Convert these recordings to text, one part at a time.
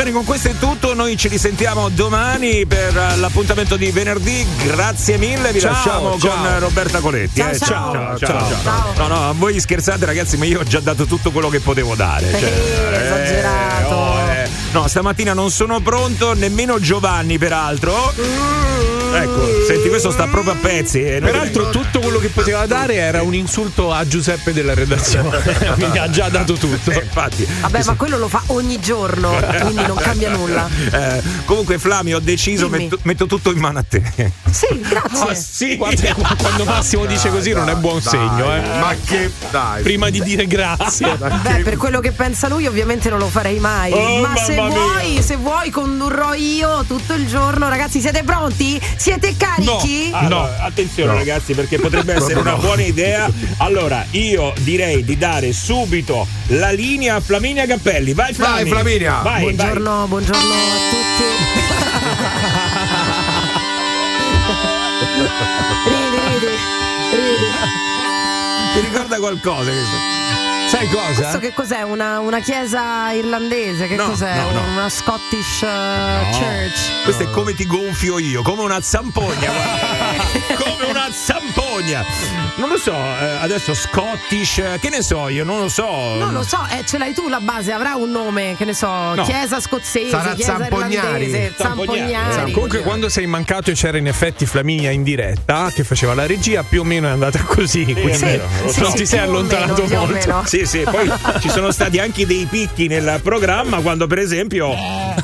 bene, con questo è tutto. Noi ci risentiamo domani per l'appuntamento di venerdì. Grazie mille, vi lasciamo con Roberta Coletti. Ciao. No, a voi scherzate ragazzi, ma io ho già dato tutto quello che potevo dare. Esagerato. No, stamattina non sono pronto, nemmeno Giovanni peraltro. Ecco, senti, questo sta proprio a pezzi. Peraltro tutto quello che poteva dare era un insulto a Giuseppe della redazione. Quindi ha già dato tutto. Infatti. Vabbè, ma quello lo fa ogni giorno, quindi non cambia nulla. Comunque Flavio, ho deciso, metto tutto in mano a te. Sì, grazie. Oh, sì. Quando Massimo dice così non è buon segno, Ma che dai. Prima di dire grazie. Beh, per quello che pensa lui ovviamente non lo farei mai. Ma se vuoi condurrò io tutto il giorno. Ragazzi, siete pronti? Siete carichi? No. Attenzione ragazzi, perché potrebbe essere una buona idea. Allora, io direi di dare subito la linea a Flaminia Cappelli. Vai Flaminia. Vai, buongiorno a tutti. Ridi. Ti ricorda qualcosa questo? Sai cosa? Questo che cos'è? Una chiesa irlandese? Che cos'è? No. Una Scottish church? Questo è come ti gonfio io, come una zampogna. Come una zampogna. Non lo so, adesso Scottish, che ne so io, non lo so. Non lo so, ce l'hai tu la base, avrà un nome, che ne so, chiesa scozzese, sarà chiesa Zampognari. irlandese, Zampognari. Comunque quando sei mancato e c'era in effetti Flaminia in diretta che faceva la regia, più o meno è andata così, quindi non ti sei allontanato molto. Sì, poi ci sono stati anche dei picchi nel programma quando per esempio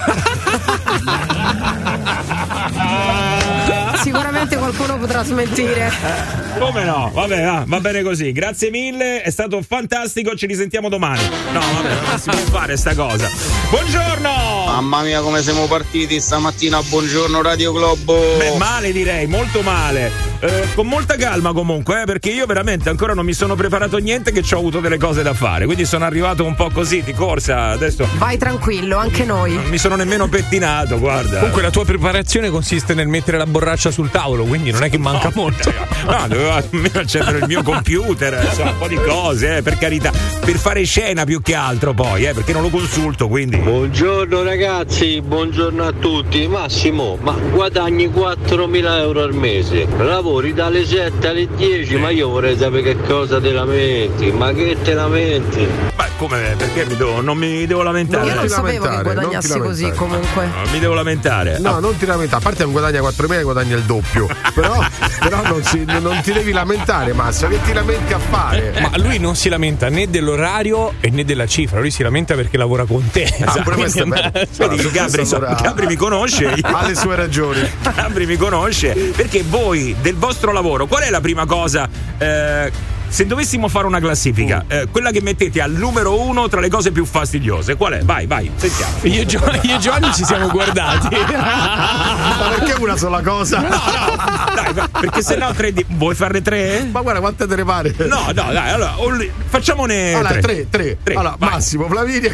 Sicuramente qualcuno potrà smentire. Come no? Vabbè, va bene così. Grazie mille, è stato fantastico, ci risentiamo domani. No, vabbè, non si può fare sta cosa. Buongiorno! Mamma mia come siamo partiti stamattina, buongiorno Radio Globo. Beh, male direi, molto male. Con molta calma comunque, perché io veramente ancora non mi sono preparato niente, che ho avuto delle cose da fare, quindi sono arrivato un po' così di corsa adesso. Vai tranquillo, anche noi. Non mi sono nemmeno pettinato, guarda. Comunque la tua preparazione consiste nel mettere la borraccia sul tavolo, quindi non è che manca molto. No, dovevo almeno accendere il mio computer, insomma, un po' di cose, per carità, per fare scena più che altro poi, perché non lo consulto, quindi. Buongiorno ragazzi, buongiorno a tutti. Massimo, ma guadagni 4.000 euro al mese, lavori dalle 7 alle 10, ma io vorrei sapere che cosa te lamenti, ma che te lamenti? Ma come? Perché non mi devo lamentare? Io non sapevo che guadagnassi così comunque. Non mi devo lamentare. No, non ti lamentare, a parte non guadagna 4.000, guadagna il doppio. Però non ti devi lamentare, Massa, che ti lamenti a fare? Ma lui non si lamenta né dell'orario né della cifra, lui si lamenta perché lavora con te. Pure questo è bello. Vedi, Gabri mi conosce. Ha le sue ragioni. Gabri mi conosce, perché voi del vostro lavoro, qual è la prima cosa? Se dovessimo fare una classifica, quella che mettete al numero 1 tra le cose più fastidiose, qual è? Vai, sentiamo. Io e Giovanni ci siamo guardati. Ma perché una sola cosa? No, dai, perché se no 3. Vuoi farne 3? Ma guarda quante te ne pare. No, dai, allora facciamone allora, 3. Allora, vai. Massimo, Flaminia,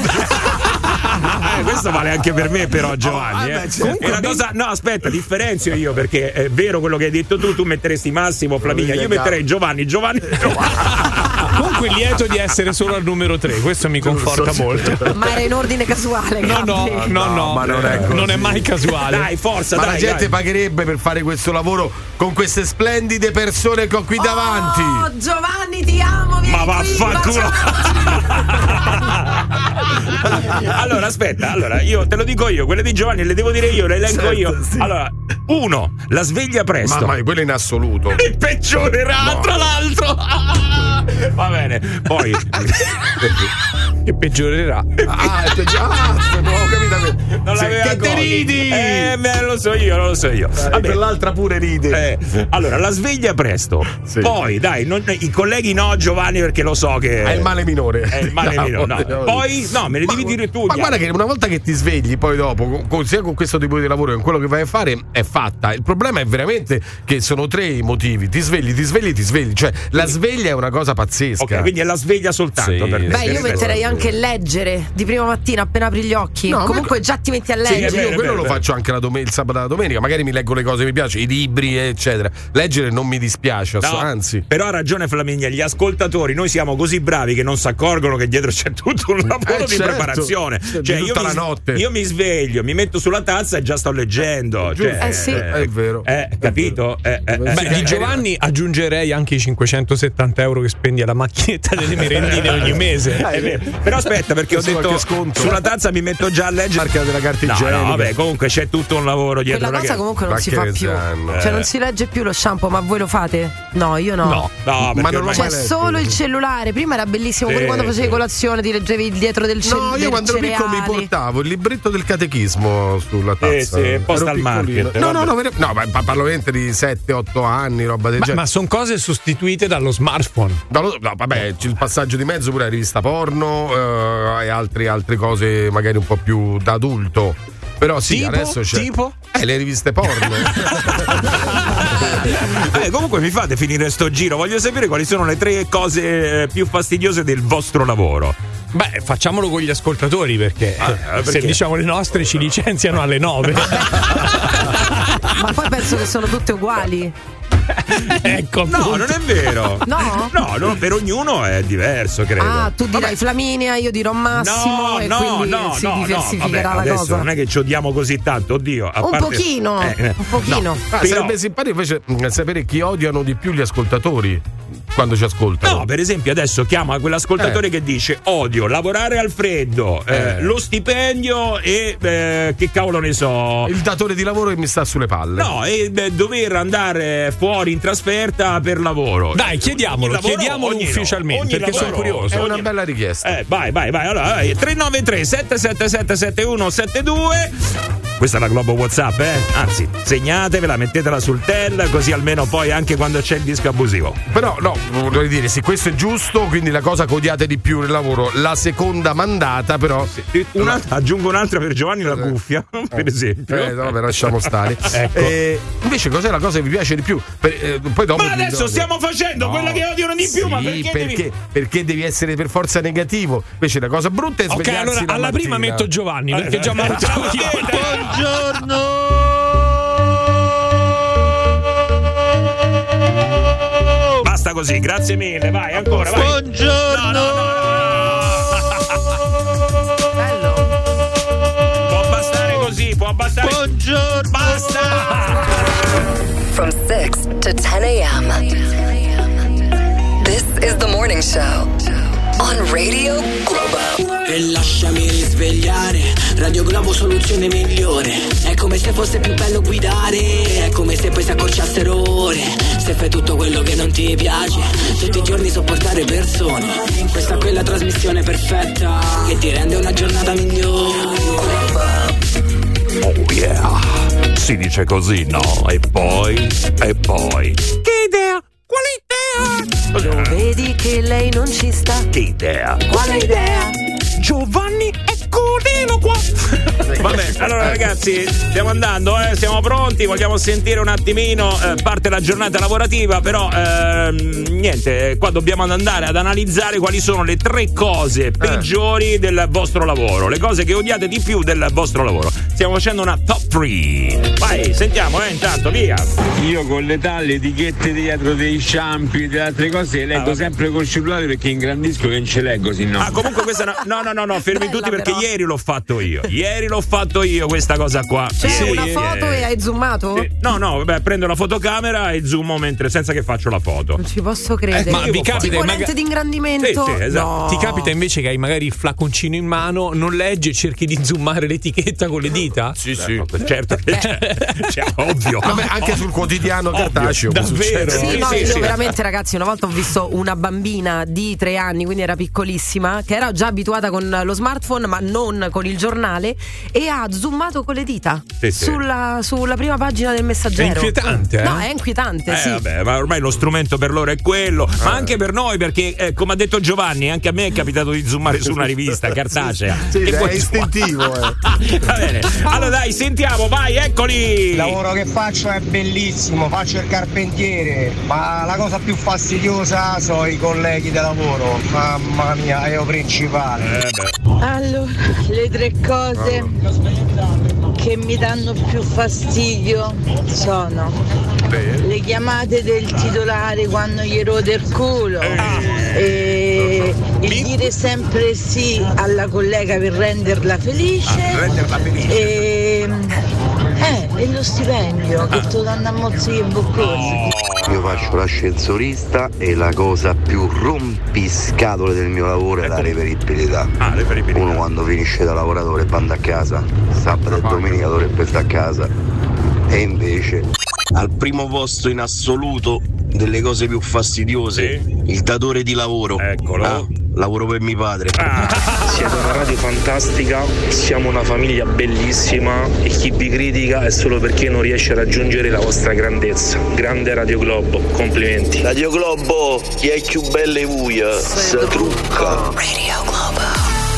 questo vale anche per me però, Giovanni. È una cosa, no, aspetta, differenzio io, perché è vero quello che hai detto tu metteresti Massimo, Flaminia, io metterei Giovanni. Comunque lieto di essere solo al numero 3, questo mi conforta molto. Ma era in ordine casuale. No, ma non è così. Non è mai casuale. Dai, forza, ma dai, la gente pagherebbe per fare questo lavoro con queste splendide persone che ho qui davanti. Oh, Giovanni, ti amo. Ma vaffanculo. Allora, aspetta, io te lo dico io, quelle di Giovanni le devo dire io, le elenco io. Sì. Allora, 1, la sveglia presto. Ma quello in assoluto. E peggiorerà, tra l'altro. Va bene, poi che peggiorerà. Non ho capito. Non Che te ridi? Lo so io. Vabbè, quell'altra pure ride. Allora, la sveglia presto. Sì. Poi, dai, i colleghi no, Giovanni, perché lo so che è il male minore. È il male minore. No. Poi, no, me le devi dire tu. Ma guarda che una volta che ti svegli, poi dopo, sia con questo tipo di lavoro che con quello che vai a fare, è fatta. Il problema è veramente che sono 3 i motivi. Ti svegli. Cioè, la sveglia è una cosa pazzesca. Ok, quindi è la sveglia soltanto per te. Beh, io metterei anche leggere di prima mattina appena apri gli occhi. No, comunque già ti metti a leggere. io quello lo faccio anche il sabato e la domenica, magari mi leggo le cose che mi piacciono, i libri eccetera. Leggere non mi dispiace, anzi. Però ha ragione Flaminia, gli ascoltatori, noi siamo così bravi che non si accorgono che dietro c'è tutto un lavoro di preparazione. Cioè tutta la notte. Io mi sveglio, mi metto sulla tazza e già sto leggendo. Sì. È vero. Capito? Di Giovanni aggiungerei anche i 570 euro che spendi alla macchinetta delle merendine ogni mese. È vero. Però aspetta, perché ho detto sulla tazza mi metto già a leggere. Marca della carta igienica. No, vabbè, comunque c'è tutto un lavoro dietro. Quella cosa comunque non si fa più. Cioè non si legge più lo shampoo, ma voi lo fate? No, io no. No, ma non c'è solo il cellulare. Prima era bellissimo, pure quando facevi colazione ti leggevi il dietro del cellulare. No, io quando ero piccolo mi portavo il libretto del catechismo sulla tazza. Sì, posta al market. No, parlo veramente di 7-8 anni, roba del genere. Ma sono cose sostituite dallo smartphone. No, vabbè, c'è il passaggio di mezzo pure la rivista porno e altre cose magari un po' più da adulto. Però sì, adesso c'è. Tipo? Le riviste porno. Comunque mi fate finire sto giro. Voglio sapere quali sono le 3 cose più fastidiose del vostro lavoro. Beh, facciamolo con gli ascoltatori perché se diciamo le nostre ci licenziano alle 9. Ma poi penso che sono tutte uguali. Ecco, no, non è vero. No? No, per ognuno è diverso, credo. Ah, tu dirai Flaminia, io dirò Massimo e quindi si diversificherà la cosa. Non è che ci odiamo così tanto, oddio. Un pochino. Sarebbe simpatico invece sapere chi odiano di più gli ascoltatori quando ci ascoltano. No, per esempio adesso chiama quell'ascoltatore che dice odio lavorare al freddo, lo stipendio e che cavolo ne so, il datore di lavoro che mi sta sulle palle. No, e dover andare fuori in trasferta per lavoro. Dai, chiediamolo ufficialmente perché sono curioso. È una bella richiesta. Vai. Allora, 393 777 7172. Questa è la Globo WhatsApp, anzi, segnatevela, mettetela sul tel, così almeno poi anche quando c'è il disco abusivo. Però no, vorrei dire, sì, questo è giusto, quindi la cosa che odiate di più nel lavoro, la seconda mandata, però aggiungo un'altra per Giovanni, la cuffia, per esempio. Vabbè, lasciamo stare. Ecco. Invece cos'è la cosa che vi piace di più? Poi dopo ma adesso stiamo facendo quella che odiano di più, ma perché devi essere per forza negativo? Invece la cosa brutta è svegliarsi allora alla mattina. Prima metto Giovanni, perché già mangiamo. Buongiorno. Basta così, grazie mille, vai ancora, vai. Buongiorno. No. Bello. Può bastare così, può bastare. Buongiorno. Basta. From 6 to 10 a.m. This is the morning show on Radio Globo. E lasciami risvegliare, Radio Globo soluzione migliore. È come se fosse più bello guidare, è come se poi si accorciassero ore. Se fai tutto quello che non ti piace, tutti i giorni sopportare persone. Questa è quella trasmissione perfetta che ti rende una giornata migliore. Oh yeah, si dice così, no? E poi? Che idea? Quale idea? Lo vedi che lei non ci sta? Che idea? Quale idea? Giovanni, eccolino qua. Vabbè, allora ragazzi, stiamo andando, siamo pronti, vogliamo sentire un attimino, parte la giornata lavorativa, però niente, qua dobbiamo andare ad analizzare quali sono le 3 cose peggiori del vostro lavoro, le cose che odiate di più del vostro lavoro. Stiamo facendo una top 3. Vai, sentiamo, intanto, via. Io con l'età, le etichette dietro dei shampoo e delle altre cose le leggo sempre col cellulare perché ingrandisco che non ce leggo, se no. Comunque questa no, fermi tutti perché ieri l'ho fatto io questa cosa qua. Cioè una foto e hai zoomato? Sì. No, vabbè, prendo la fotocamera e zoomo senza che faccio la foto. Non ci posso credere. Ma vi capita lente di ingrandimento? Sì, esatto. No. Ti capita invece che hai magari il flaconcino in mano, non leggi e cerchi di zoomare l'etichetta con le dita? Sì. Certo che c'è, ovvio. Vabbè, anche sul quotidiano cartaceo. Davvero? Io veramente, ragazzi, una volta ho visto una bambina di 3 anni, quindi era piccolissima, che era già abituata con lo smartphone ma non con il giornale, e ha zoomato con le dita sulla prima pagina del Messaggero. È inquietante, No, è inquietante, sì. Vabbè, ma ormai lo strumento per loro è quello, ma anche per noi, perché come ha detto Giovanni, anche a me è capitato di zoomare su una rivista cartacea. Sì, è istintivo. Va bene, allora dai, sentiamo, vai, eccoli. Il lavoro che faccio è bellissimo, faccio il carpentiere, ma la cosa più fastidiosa sono i colleghi di lavoro. Mamma mia, è il principale. Allora, le 3 cose che mi danno più fastidio sono le chiamate del titolare quando gli rode il culo e dire sempre sì alla collega per renderla felice e lo stipendio che te lo danno a mozzichi e boccosi. Io faccio l'ascensorista e la cosa più rompiscatole del mio lavoro è la reperibilità. Uno quando finisce da lavorare dovrebbe andare a casa, sabato e domenica dovrebbe stare a casa, e invece al primo posto in assoluto delle cose più fastidiose, il datore di lavoro. Eccolo. Lavoro per mio padre. Siete una radio fantastica, siamo una famiglia bellissima e chi vi critica è solo perché non riesce a raggiungere la vostra grandezza. Grande Radio Globo, complimenti. Radio Globo, chi è più bella e buia, si trucca. Radio Globo.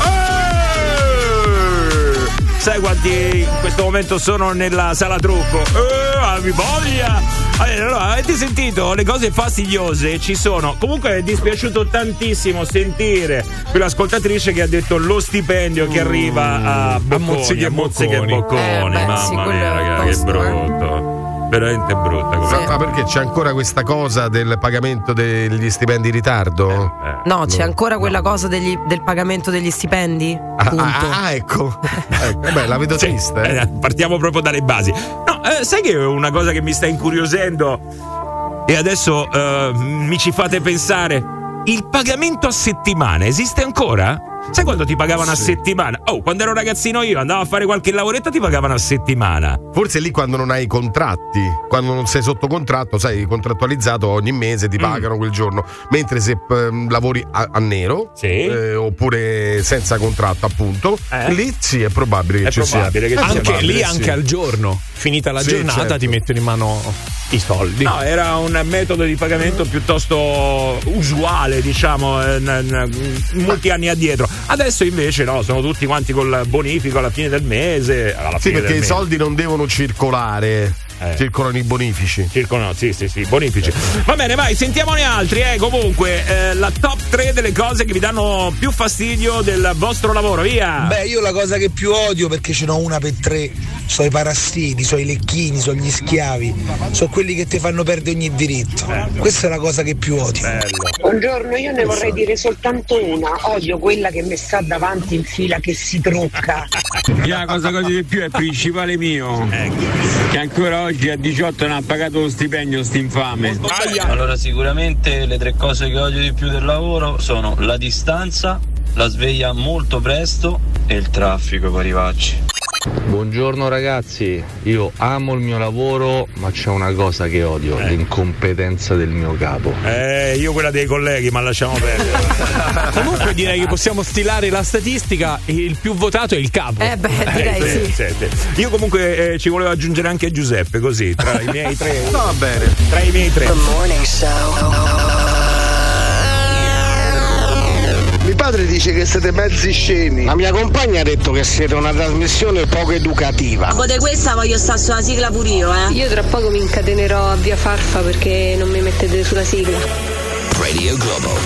Sai quanti in questo momento sono nella sala trucco? Mi voglia! Allora, avete sentito? Le cose fastidiose ci sono. Comunque è dispiaciuto tantissimo sentire quell'ascoltatrice che ha detto lo stipendio che arriva a Bocconi, a Mozziche e Bocconi. Mamma mia, raga, che brutto. Veramente brutta. Ma perché c'è ancora questa cosa del pagamento degli stipendi in ritardo? No, c'è ancora quella cosa del pagamento degli stipendi. Ecco. Beh, la vedo triste. Partiamo proprio dalle basi. No, sai che è una cosa che mi sta incuriosendo e adesso mi ci fate pensare? Il pagamento a settimana esiste ancora? Sai quando ti pagavano a settimana? Quando ero ragazzino io andavo a fare qualche lavoretto ti pagavano a settimana. Forse lì quando non hai contratti, quando non sei sotto contratto, sei contrattualizzato, ogni mese ti pagano quel giorno. Mentre se lavori a nero, oppure senza contratto, appunto, lì sì è probabile che ci sia. Anche lì, anche al giorno, finita la giornata, ti mettono in mano i soldi. No, era un metodo di pagamento piuttosto usuale, diciamo, molti anni addietro. Adesso invece no, sono tutti quanti col bonifico alla fine del mese. Perché i soldi non devono circolare. Circolano i bonifici. Sì, bonifici. Va bene, vai, sentiamone altri. Comunque, la top 3 delle cose che vi danno più fastidio del vostro lavoro, via. Beh, io la cosa che più odio, perché ce n'ho una per 3, sono i parassiti, sono i lecchini, sono gli schiavi, sono quelli che ti fanno perdere ogni diritto. Questa è la cosa che più odio. Buongiorno, io ne vorrei dire soltanto una. Odio quella che mi sta davanti in fila che si trucca. La cosa che odio di più è il principale mio, che ancora oggi a 18 non ha pagato lo stipendio, st'infame. Allora, sicuramente le 3 cose che odio di più del lavoro sono la distanza, la sveglia molto presto e il traffico, parivacci. Buongiorno ragazzi, io amo il mio lavoro, ma c'è una cosa che odio, l'incompetenza del mio capo. Io quella dei colleghi, ma lasciamo perdere. Comunque direi che possiamo stilare la statistica, il più votato è il capo. Direi sì. Io comunque ci volevo aggiungere anche Giuseppe, così, tra i miei 3. Va bene. Tra i miei 3. The Morning Show. Mio padre dice che siete mezzi scemi. La mia compagna ha detto che siete una trasmissione poco educativa. Dopo di questa voglio stare sulla sigla pure io, Io tra poco mi incatenerò a Via Farfa perché non mi mettete sulla sigla. Radio Globo.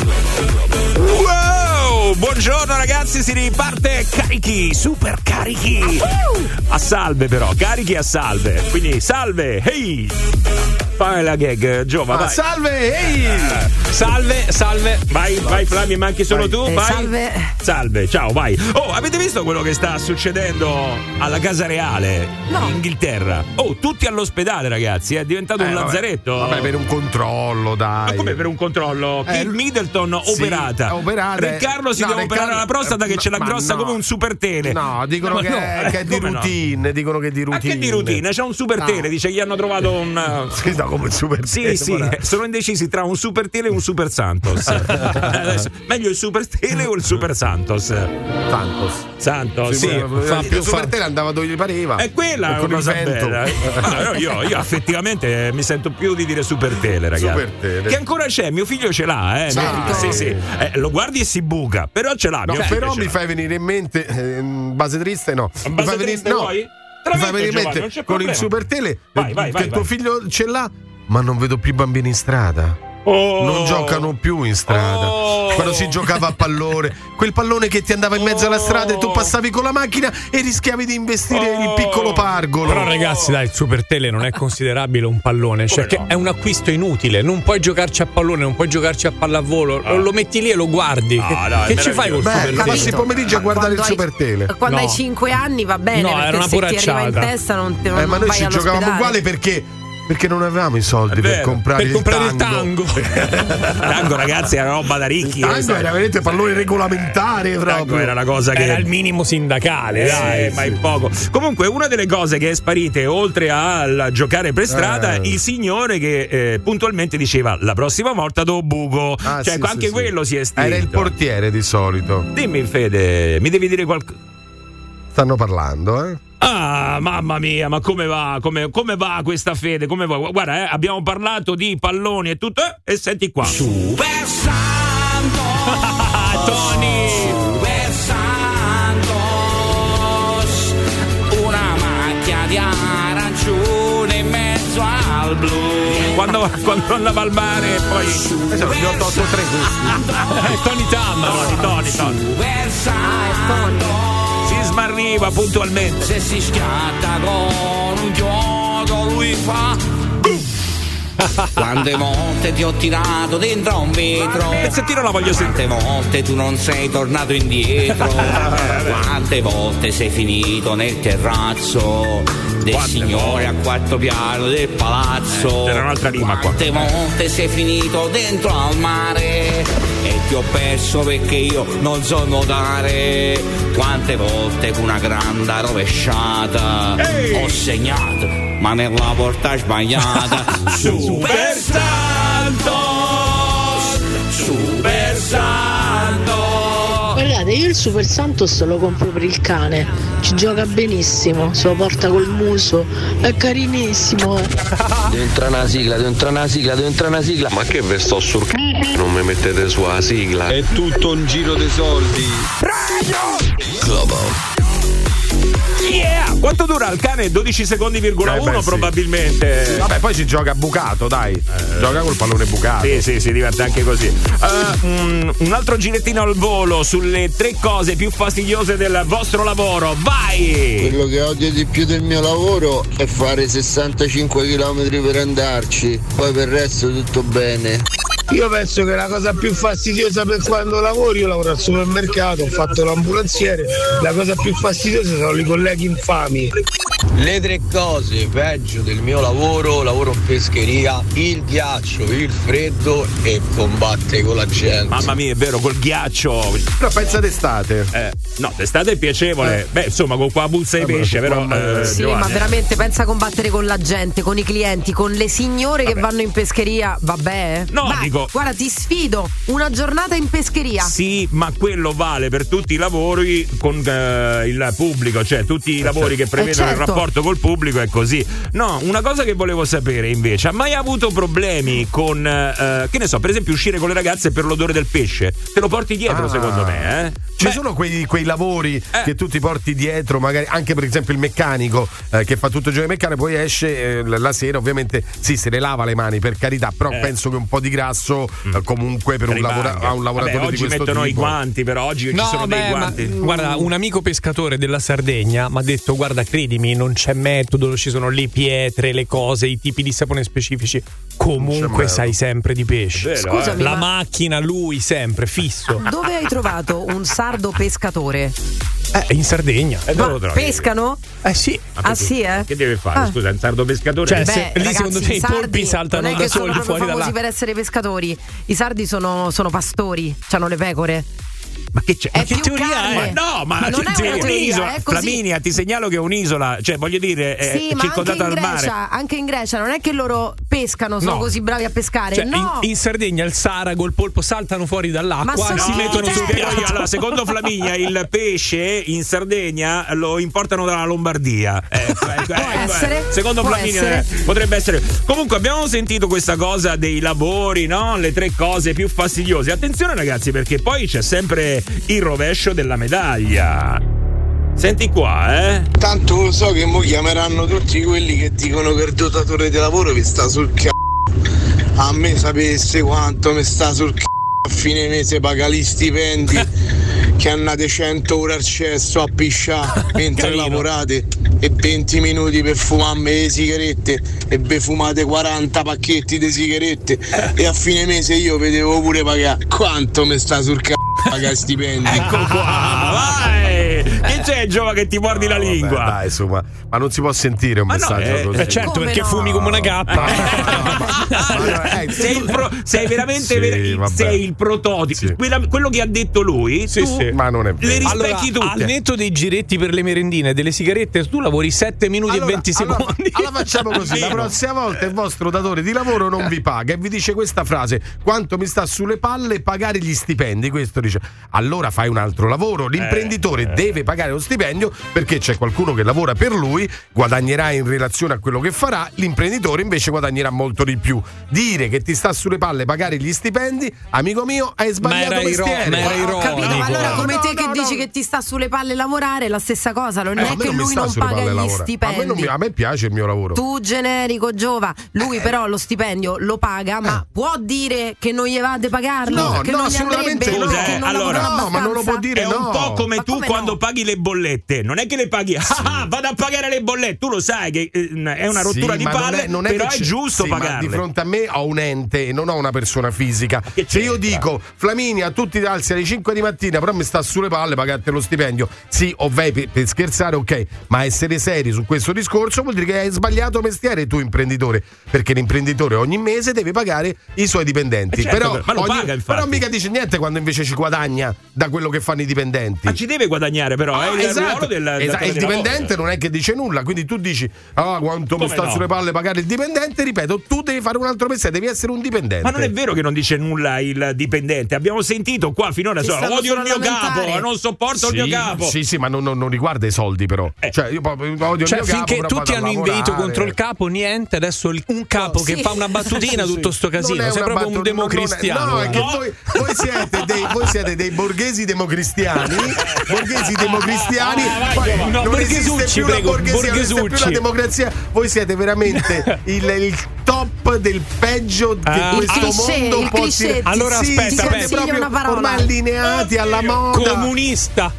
Wow! Buongiorno ragazzi, si riparte carichi, super carichi. A salve però, carichi a salve. Quindi salve, hey! Fai la gag, Giova, vai. Salve, ehi! Salve. Vai Flavio, manchi solo tu, vai. Salve, ciao, vai. Avete visto quello che sta succedendo alla Casa Reale in Inghilterra? Tutti all'ospedale, ragazzi, è diventato un lazzaretto. Vabbè, per un controllo, dai. Ma come per un controllo? Kate Middleton operata. Re Carlo si deve operare la prostata che ce l'ha grossa come un super tele. No, dicono che è di routine, dicono che è di routine. Ma che di routine? C'è un super tele, dice che gli hanno trovato un come il super tele. Sì, sono indecisi tra un super tele e un super Santos. Adesso, meglio il super tele o il super Santos? Santos, sì. Il super tele andava dove gli pareva. È quella una cosa bella. Io effettivamente mi sento più di dire super tele, ragazzi. Super tele. Che ancora c'è, mio figlio ce l'ha, Sì. Lo guardi e si buca, però ce l'ha. Però mi fai venire in mente base triste, no. Base triste vuoi? Mi fai venire in mente con il super tele che tuo figlio ce l'ha, ma non vedo più bambini in strada. Non giocano più in strada. Quando si giocava a pallone, quel pallone che ti andava in mezzo alla strada e tu passavi con la macchina e rischiavi di investire il piccolo pargolo. Però ragazzi, dai, il Super Tele non è considerabile un pallone, cioè che è un acquisto inutile. Non puoi giocarci a pallone, non puoi giocarci a pallavolo. Lo metti lì e lo guardi. Che ci fai col Super Tele? Passi il pomeriggio a guardare il Super Tele. Quando hai 5 anni va bene, perché era una se ti arriva in testa non ma noi ci giocavamo uguale perché non avevamo i soldi per comprare il tango. Tango, ragazzi, era roba da ricchi. Il tango era veramente pallone regolamentare. Tango era una cosa che era il minimo sindacale, dai, ma in poco. Comunque, una delle cose che è sparite, oltre al giocare per strada, il signore che puntualmente diceva: la prossima volta do buco. Cioè, anche quello si è estinto. Era il portiere di solito. Dimmi, Fede, mi devi dire qualcosa. Stanno parlando, Ah, mamma mia, ma come va? Come va questa Fede? Come va? Guarda, abbiamo parlato di palloni e tutto, e senti qua. Super Santos, Tony! Super Santos, una macchia di arancione in mezzo al blu. Quando andava al mare, poi sono gli 883 questi. Tony Tam, Tony. Super Santos. Smarriva puntualmente. Se si schiatta con un chiodo lui fa. Quante volte ti ho tirato dentro a un vetro. Pezzettino la voglio sentire. Quante volte tu non sei tornato indietro. Quante volte sei finito nel terrazzo del signore a quarto piano del palazzo. C'era un'altra rima qua. Quante volte sei finito dentro al mare e ti ho perso perché io non so nuotare. Quante volte con una grande rovesciata ho segnato, ma nella porta sbagliata. Super Santos, Super Santos. Guardate, io il Super Santos lo compro per il cane, ci gioca benissimo, se lo porta col muso, è carinissimo. Devo entrare una sigla. Ma che ve sto sul non mi mettete su la sigla? È tutto un giro dei soldi. Globo. Yeah! Quanto dura il cane? 12 secondi,1 probabilmente. Sì. Vabbè, poi si gioca bucato, dai. Gioca col pallone bucato. Sì, si diverte anche così. Un altro girettino al volo sulle 3 cose più fastidiose del vostro lavoro. Vai! Quello che odio di più del mio lavoro è fare 65 km per andarci. Poi per il resto tutto bene. Io penso che la cosa più fastidiosa per quando lavoro, io lavoro al supermercato, ho fatto l'ambulanziere, la cosa più fastidiosa sono i colleghi infami. Le 3 cose peggio del mio lavoro in pescheria: il ghiaccio, il freddo e combattere con la gente. Mamma mia, è vero, col ghiaccio. Però pensa d'estate. No, d'estate è piacevole. Beh, insomma, con qua puzza di pesce, però. Sì, ma veramente pensa a combattere con la gente, con i clienti, con le signore che vanno in pescheria. Vabbè. No, dico. Guarda, ti sfido, una giornata in pescheria. Sì, ma quello vale per tutti i lavori con il pubblico, cioè tutti i lavori che prevedono il rapporto col pubblico è così. No, una cosa che volevo sapere invece, ha mai avuto problemi con che ne so, per esempio uscire con le ragazze per l'odore del pesce? Te lo porti dietro, secondo me, Ci sono quei lavori che tu ti porti dietro, magari anche per esempio il meccanico che fa tutto il giorno di meccanico, poi esce la sera, ovviamente sì, se ne lava le mani, per carità, però penso che un po' di grasso comunque per un lavoratore di questo tipo. Oggi mettono i guanti, però oggi ci sono dei guanti. Guarda, un amico pescatore della Sardegna mi ha detto: guarda, credimi, non c'è metodo, ci sono le pietre, le cose, i tipi di sapone specifici, comunque sai sempre di pesce. Scusami, la macchina, lui sempre fisso. Dove hai trovato un sardo pescatore? In Sardegna. Ma pescano? Sì. Sì, Che deve fare? Scusa, un sardo pescatore? Cioè, lì secondo te i polpi saltano da soli fuori dall'acqua? Per essere pescatori, i sardi sono pastori, hanno le pecore. Ma che c'è? È che teoria è? Ma non è una un'isola. Flaminia, ti segnalo che è un'isola, cioè voglio dire, è circondata dal mare. Anche in Grecia non è che loro pescano, sono così bravi a pescare. Cioè, no. in Sardegna il sarago, il polpo saltano fuori dall'acqua e si mettono sul piatto. Allora, secondo Flaminia, il pesce in Sardegna lo importano dalla Lombardia. Secondo Flaminia potrebbe essere. Comunque abbiamo sentito questa cosa dei lavori, no? Le 3 cose più fastidiose. Attenzione ragazzi, perché poi c'è sempre il rovescio della medaglia. Senti qua, Tanto lo so che mo chiameranno tutti quelli che dicono che il dotatore di lavoro vi sta sul c***o. a me sapesse quanto mi sta sul a fine mese paga gli stipendi che andate 100 ore al cesso a pisciare mentre lavorate e 20 minuti per fumarmi le sigarette e ve fumate 40 pacchetti di sigarette e a fine mese io vedevo pure pagare quanto mi sta sul paga stipendi. Ecco qua, vai! Che c'è, Giova, che ti mordi la lingua? Dai, insomma, ma non si può sentire un messaggio così. Certo, come perché no? fumi come una cappa. Sei veramente sei il prototipo. Sì. Quello che ha detto lui, tu ma non è vero. le rispecchi tutte. Al netto dei giretti per le merendine e delle sigarette, tu lavori 7 minuti e 20 secondi. Allora facciamo così: la prossima volta il vostro datore di lavoro non vi paga e vi dice questa frase: quanto mi sta sulle palle pagare gli stipendi. Questo dice: allora fai un altro lavoro. L'imprenditore deve pagare lo stipendio perché c'è qualcuno che lavora per lui, guadagnerà in relazione a quello che farà, l'imprenditore invece guadagnerà molto di più. Dire che ti sta sulle palle pagare gli stipendi, amico mio, hai sbagliato mestiere. Ho capito, ma allora come te che dici che ti sta sulle palle lavorare, è la stessa cosa, non è che lui non paga gli stipendi. A me piace il mio lavoro. Tu generico, Giova, lui però lo stipendio lo paga, ma può dire che non gli va a pagarlo? Che non gli sicuramente andrebbe? Allora, ma non lo può dire. È un po' come tu quando paghi le bollette, non è che le paghi, vado a pagare le bollette, tu lo sai che è una rottura di palle, non è però che è giusto pagarle. Ma di fronte a me ho un ente e non ho una persona fisica. Se io dico Flaminia, tutti ti alzi alle 5 di mattina, però mi sta sulle palle pagate lo stipendio, sì, o vai per scherzare, ok, ma essere seri su questo discorso vuol dire che hai sbagliato mestiere tu imprenditore, perché l'imprenditore ogni mese deve pagare i suoi dipendenti. Certo, ma lo paga, infatti. Però mica dice niente quando invece ci guadagna da quello che fanno i dipendenti. Ma ci deve guadagnare, però è il ruolo il dipendente non è che dice nulla, quindi tu dici quanto mi sta sulle palle pagare il dipendente, ripeto, tu devi fare un altro mestiere, devi essere un dipendente. Ma non è vero che non dice nulla il dipendente, abbiamo sentito qua finora odio il mio capo, non sopporto il mio capo. Sì, ma non riguarda i soldi, però. Cioè, io odio il mio capo. Finché tutti hanno inveito contro il capo, niente, adesso un capo che fa una battutina, tutto sto casino. Sei proprio un democristiano. No, è che voi siete dei borghesi democristiani. Borghesi democristiani. Non esiste più la borghesia, non esiste più la democrazia. Voi siete veramente il top del peggio che questo mondo può tirare. Allora aspetta, proprio ormai allineati alla moda. Comunista.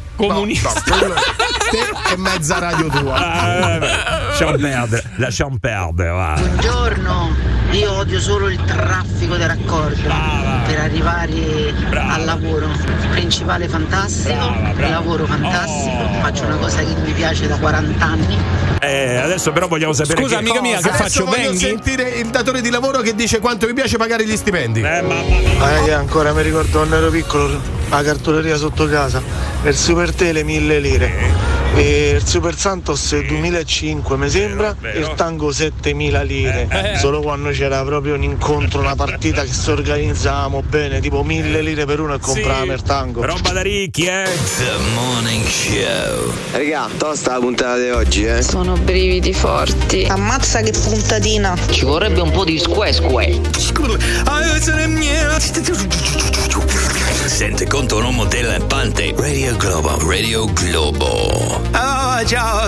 Te è mezza radio tua. Lasciamo perdere. Buongiorno, io odio solo il traffico del raccordo per arrivare al lavoro. Il principale fantastico, il lavoro fantastico, faccio una cosa che mi piace da 40 anni. Adesso però vogliamo sapere. Scusa, amica mia, che faccio? Voglio sentire il datore di lavoro che dice quanto mi piace pagare gli stipendi. Ancora mi ricordo quando ero piccolo, la cartoleria sotto casa, il Super Tele 1000 lire. E il Super Santos 2005 mi sembra, il Tango 7000 lire. Solo quando c'era proprio un incontro, una partita che si organizzavamo bene, tipo 1000 lire per uno e compravamo il Tango. Roba da ricchi, The Morning Show. Raga, tosta la puntata di oggi, Sono brividi forti. Ammazza che puntatina. Ci vorrebbe un po' di sque. Sente conto un motel lampante. Radio Globo. Ciao.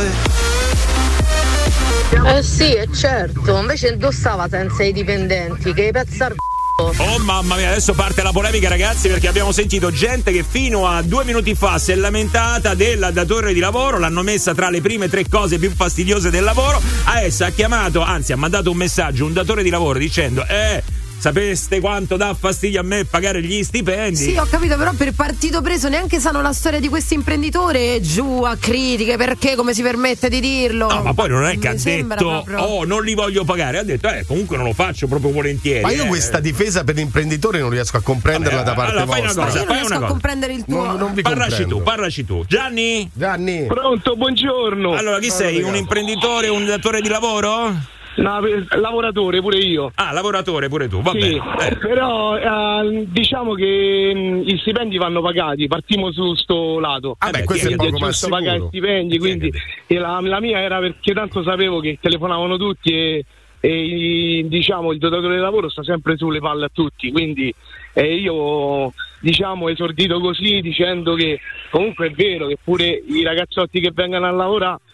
Sì, è certo. Invece indossava senza i dipendenti. Che pezzar. Oh mamma mia, adesso parte la polemica, ragazzi, perché abbiamo sentito gente che fino a 2 minuti fa si è lamentata del datore di lavoro, l'hanno messa tra le prime 3 cose più fastidiose del lavoro. Adesso ha chiamato, anzi ha mandato un messaggio, un datore di lavoro dicendo sapeste quanto dà fastidio a me pagare gli stipendi? Sì, ho capito, però per partito preso neanche sanno la storia di questo imprenditore, giù a critiche, perché come si permette di dirlo? No, ma poi non è che ha detto non li voglio pagare, ha detto comunque non lo faccio proprio volentieri. Ma io questa difesa per l'imprenditore non riesco a comprenderla da parte vostra. Io non riesco a comprendere il tuo. Non vi parlaci tu. Gianni? Pronto, buongiorno. Allora, chi sei? Un imprenditore, un datore di lavoro? No, lavoratore pure io. Lavoratore pure tu, va bene. Però diciamo che i stipendi vanno pagati, partiamo su sto lato. Questo è poco giusto pagare i stipendi, quindi la mia era perché tanto sapevo che telefonavano tutti e diciamo il datore di lavoro sta sempre sulle palle a tutti, quindi io diciamo esordito così dicendo che comunque è vero che pure i ragazzotti che vengono a lavorare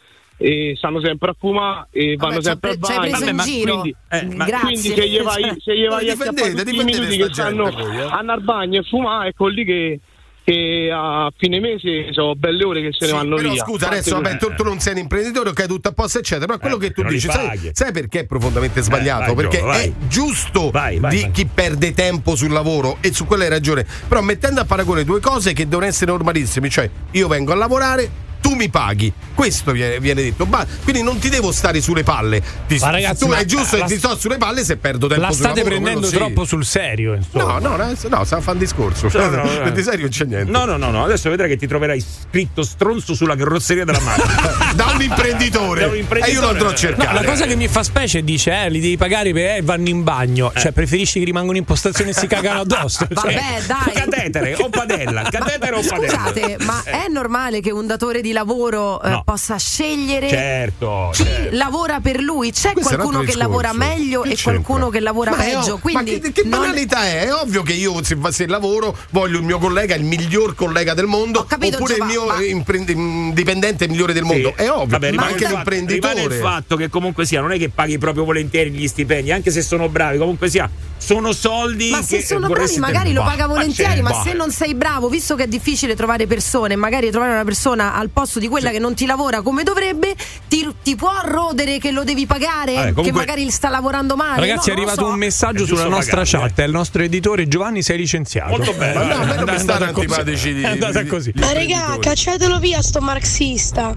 e stanno sempre a fumare e vanno sempre al bagno. Preso in giro. Quindi se gli vai a chiappare tutti i minuti che stanno al bagno e fumare, ecco lì che a fine mese sono belle ore che se ne vanno però via. Scusa, adesso vabbè, tu non sei un imprenditore, ok, tutto a posto eccetera, ma quello che tu dici sai perché è profondamente sbagliato? Perché è giusto di chi perde tempo sul lavoro, e su quella hai ragione, però mettendo a paragone due cose che devono essere normalissime, cioè io vengo a lavorare, tu mi paghi, questo viene detto, quindi non ti devo stare sulle palle. Ma ragazzi, tu è giusto che ti sto sulle palle se perdo tempo sul lavoro. La state prendendo troppo sul serio, insomma. No, stiamo a fare un discorso. Di serio non c'è niente. No, adesso vedrai che ti troverai scritto stronzo sulla carrozzeria della macchina. da un imprenditore. E io lo andrò a cercare. La cosa che mi fa specie dice li devi pagare perché vanno in bagno. Cioè preferisci che rimangano in postazione e si cagano addosso. Vabbè, dai. Catetere o padella. Scusate, ma è normale che un datore di lavoro possa scegliere chi lavora per lui? C'è qualcuno che lavora meglio e qualcuno che lavora peggio, quindi ma che banalità è? È ovvio che io se lavoro voglio il mio collega, il miglior collega del mondo, oppure il mio dipendente migliore del mondo. È ovvio. Vabbè, ma anche l'imprenditore. Rimane il fatto che comunque sia, non è che paghi proprio volentieri gli stipendi, anche se sono bravi, comunque sia, sono soldi. Ma se sono bravi magari lo paga volentieri, ma se non sei bravo, visto che è difficile trovare persone, magari trovare una persona al posto di quella che non ti lavora come dovrebbe, ti può rodere che lo devi pagare, comunque, che magari sta lavorando male. Ragazzi, è arrivato un messaggio sulla nostra chat, è il nostro editore Giovanni, sei licenziato. Molto bene. Ma non stare antipatici è andata così. Ma regà, cacciatelo via sto marxista.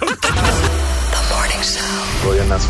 Voglio andare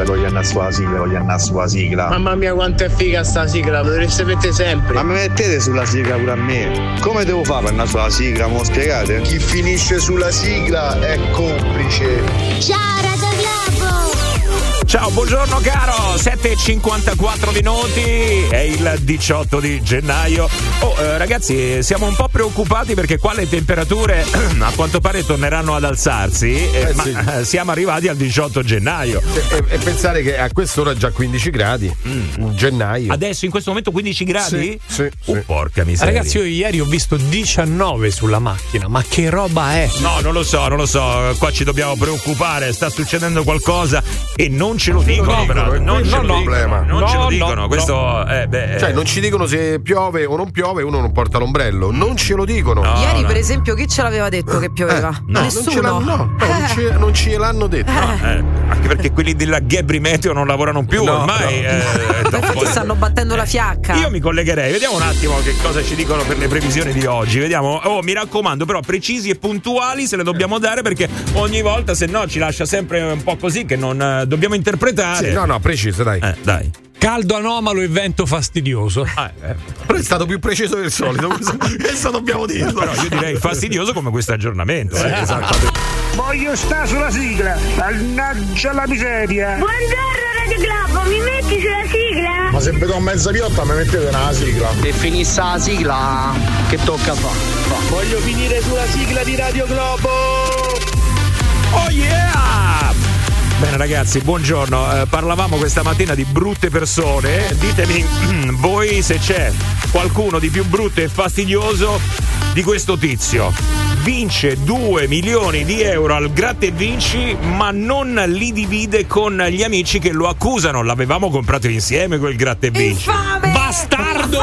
sulla sigla. Mamma mia quanto è figa sta sigla, lo dovreste mettere sempre. Ma mi mettete sulla sigla pure a me. Come devo fare per andare sulla sigla? Me lo spiegate? Chi finisce sulla sigla è complice. Ciao Radio Globo. Ciao, buongiorno caro, 7:54 minuti, è il 18 di gennaio. Ragazzi, siamo un po' preoccupati perché qua le temperature a quanto pare torneranno ad alzarsi, ma siamo arrivati al 18 gennaio. E pensare che a quest'ora già 15 gradi, gennaio. Adesso in questo momento 15 gradi? Sì. Porca miseria. Ragazzi, io ieri ho visto 19 sulla macchina, ma che roba è? No, non lo so, qua ci dobbiamo preoccupare, sta succedendo qualcosa e non ce lo dicono, non ce lo dicono. Questo cioè non ci dicono se piove o non piove, uno non porta l'ombrello, non ce lo dicono. Ieri per esempio chi ce l'aveva detto che pioveva? Nessuno. Non ce l'hanno detto. Anche perché quelli della Gebri Meteo non lavorano più ormai. Infatti stanno battendo la fiacca. Io mi collegherei, vediamo un attimo che cosa ci dicono per le previsioni di oggi. Vediamo. Mi raccomando, però precisi e puntuali se le dobbiamo dare, perché ogni volta se no ci lascia sempre un po' così che non dobbiamo interpretare. Sì, no, preciso, dai. Dai. Caldo anomalo e vento fastidioso. Però è stato più preciso del solito. Questo dobbiamo dirlo. Però io direi fastidioso come questo aggiornamento. Esatto. Voglio stare sulla sigla. Mannaggia la miseria. Buongiorno Radio Globo, mi metti sulla sigla? Ma se vedo a mezza piotta mi mettete una sigla. E finisse la sigla, che tocca fare? Voglio finire sulla sigla di Radio Globo. Oh yeah! Bene ragazzi, buongiorno. Parlavamo questa mattina di brutte persone. Ditemi voi se c'è qualcuno di più brutto e fastidioso di questo tizio. Vince 2 milioni di euro al gratta e vinci, ma non li divide con gli amici che lo accusano. L'avevamo comprato insieme quel gratta e vinci. Infame! Bastardo!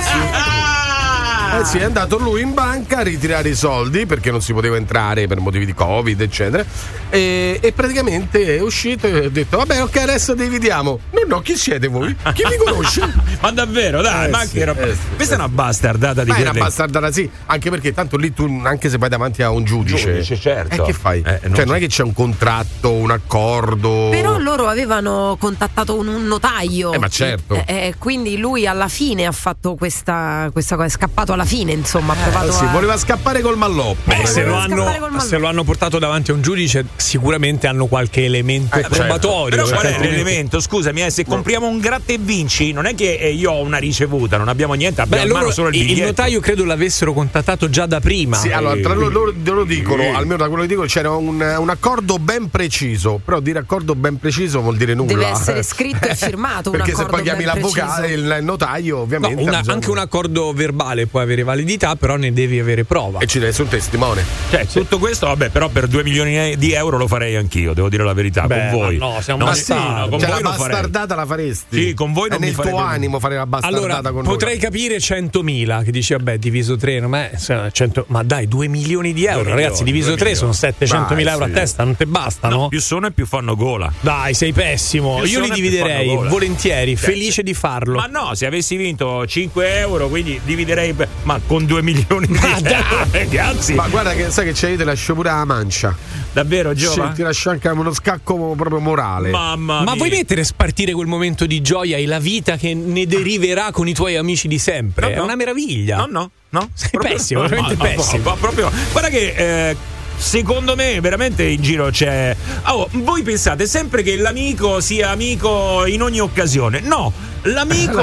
Sì, è andato lui in banca a ritirare i soldi perché non si poteva entrare per motivi di Covid, eccetera. E praticamente è uscito e ha detto: vabbè, ok, adesso dividiamo. No, chi siete voi? Chi mi conosce? Ma davvero, dai, questa è una bastardata di quelle. È una bastardata, sì, anche perché tanto lì tu, anche se vai davanti a un giudice, certo. Che fai? Non è che c'è un contratto, un accordo. Però loro avevano contattato un notaio. Ma certo. Quindi lui alla fine ha fatto questa cosa, è scappato alla fine, insomma, ha provato voleva scappare col malloppo. Se lo hanno portato davanti a un giudice, sicuramente hanno qualche elemento probatorio. Però qual è l'elemento? Scusami, se compriamo un gratta e vinci, non è che io ho una ricevuta, non abbiamo niente, abbiamo in mano solo il biglietto. Il notaio credo l'avessero contattato già da prima. Sì, allora tra loro dicono, almeno da quello che dicono, c'era un accordo ben preciso. Però dire accordo ben preciso vuol dire nulla. Deve essere scritto e firmato. Perché se poi chiami l'avvocato, il notaio, ovviamente. Anche un accordo verbale può avere validità, però ne devi avere prova. E ci dai un testimone. Cioè, tutto questo, vabbè, però per 2 milioni di euro lo farei anch'io, devo dire la verità. Con voi. No, siamo con cioè, voi la bastardata la faresti? Sì, con voi non è mi nel tuo animo fare la bastardata allora, con potrei noi. capire 100.000 che dici vabbè diviso 3 ma dai 2 milioni di euro ragazzi, diviso 3 sono 700.000 euro a testa, non te bastano? No, più sono e più fanno gola. Dai, sei pessimo. Io li dividerei volentieri, felice di farlo. Ma no, se avessi vinto 5 euro, quindi dividerei ma con 2 milioni di euro, ragazzi. Ma guarda che sai che c'è, te lascio pure la mancia. Davvero, Giova? Sì, ti lascio anche uno scacco proprio morale. Mamma mia. Ma vuoi mettere spartire quel momento di gioia e la vita che ne deriverà con i tuoi amici di sempre? È una meraviglia. No. Sei pessimo, veramente pessimo. Proprio. Guarda che secondo me veramente in giro c'è. Voi pensate sempre che l'amico sia amico in ogni occasione. No. L'amico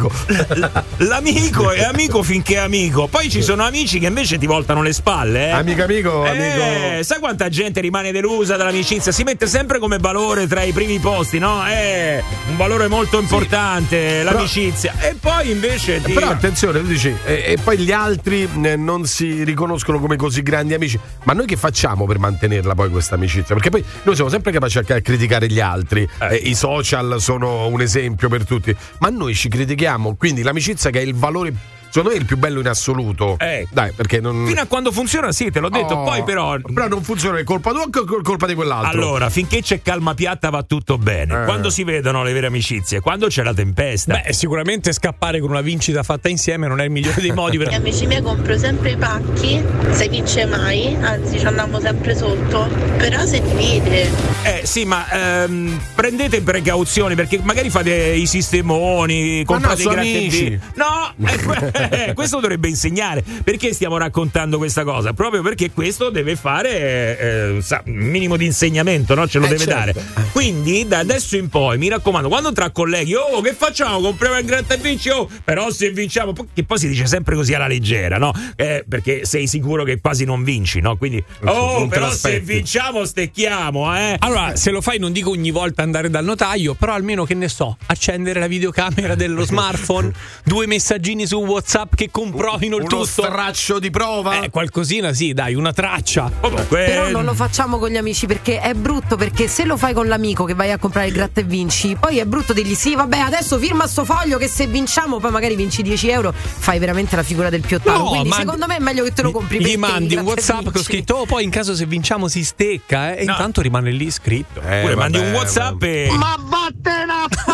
è amico finché è amico. Poi ci sono amici che invece ti voltano le spalle. Amico. Sai quanta gente rimane delusa dall'amicizia? Si mette sempre come valore tra i primi posti, no? È un valore molto importante, l'amicizia. E poi invece però attenzione, tu dici e poi gli altri non si riconoscono come così grandi amici. Ma noi che facciamo per mantenerla poi questa amicizia? Perché poi noi siamo sempre capaci a criticare gli altri. I social sono un esempio per tutti. Ma noi ci critichiamo, quindi l'amicizia che è il valore, secondo me, è il più bello in assoluto. Dai, perché non. Fino a quando funziona, sì, te l'ho detto. Poi però non funziona, è colpa tua o è colpa di quell'altro? Allora, finché c'è calma piatta va tutto bene. Quando si vedono le vere amicizie, quando c'è la tempesta. Sicuramente scappare con una vincita fatta insieme non è il migliore dei modi. Gli amici miei compro sempre i pacchi, se vince mai, anzi ci andiamo sempre sotto. Però se divide. Sì, ma prendete precauzioni, perché magari fate i sistemoni, comprate i gratta. No, questo dovrebbe insegnare. Perché stiamo raccontando questa cosa? Proprio perché questo deve fare un minimo di insegnamento, no? Ce lo deve dare. Quindi da adesso in poi, mi raccomando, quando tra colleghi, che facciamo? Compriamo il gratta e vinci, però se vinciamo, che poi si dice sempre così alla leggera, no? Perché sei sicuro che quasi non vinci, no? Quindi però se vinciamo stecchiamo, Allora, se lo fai non dico ogni volta andare dal notaio, però almeno, che ne so, accendere la videocamera dello smartphone, 2 messaggini su WhatsApp che comprovino il tutto. Uno straccio di prova? Qualcosina sì, dai, una traccia. Però non lo facciamo con gli amici, perché è brutto, perché se lo fai con l'amico che vai a comprare il gratta e vinci, poi è brutto dirgli sì, vabbè, adesso firma sto foglio che se vinciamo poi magari vinci 10 euro, fai veramente la figura del piottano. Quindi secondo me è meglio che te lo compri. Gli mandi un WhatsApp che ho scritto poi in caso se vinciamo si stecca, e intanto rimane lì scritto. Oppure mandi un WhatsApp e ma vattene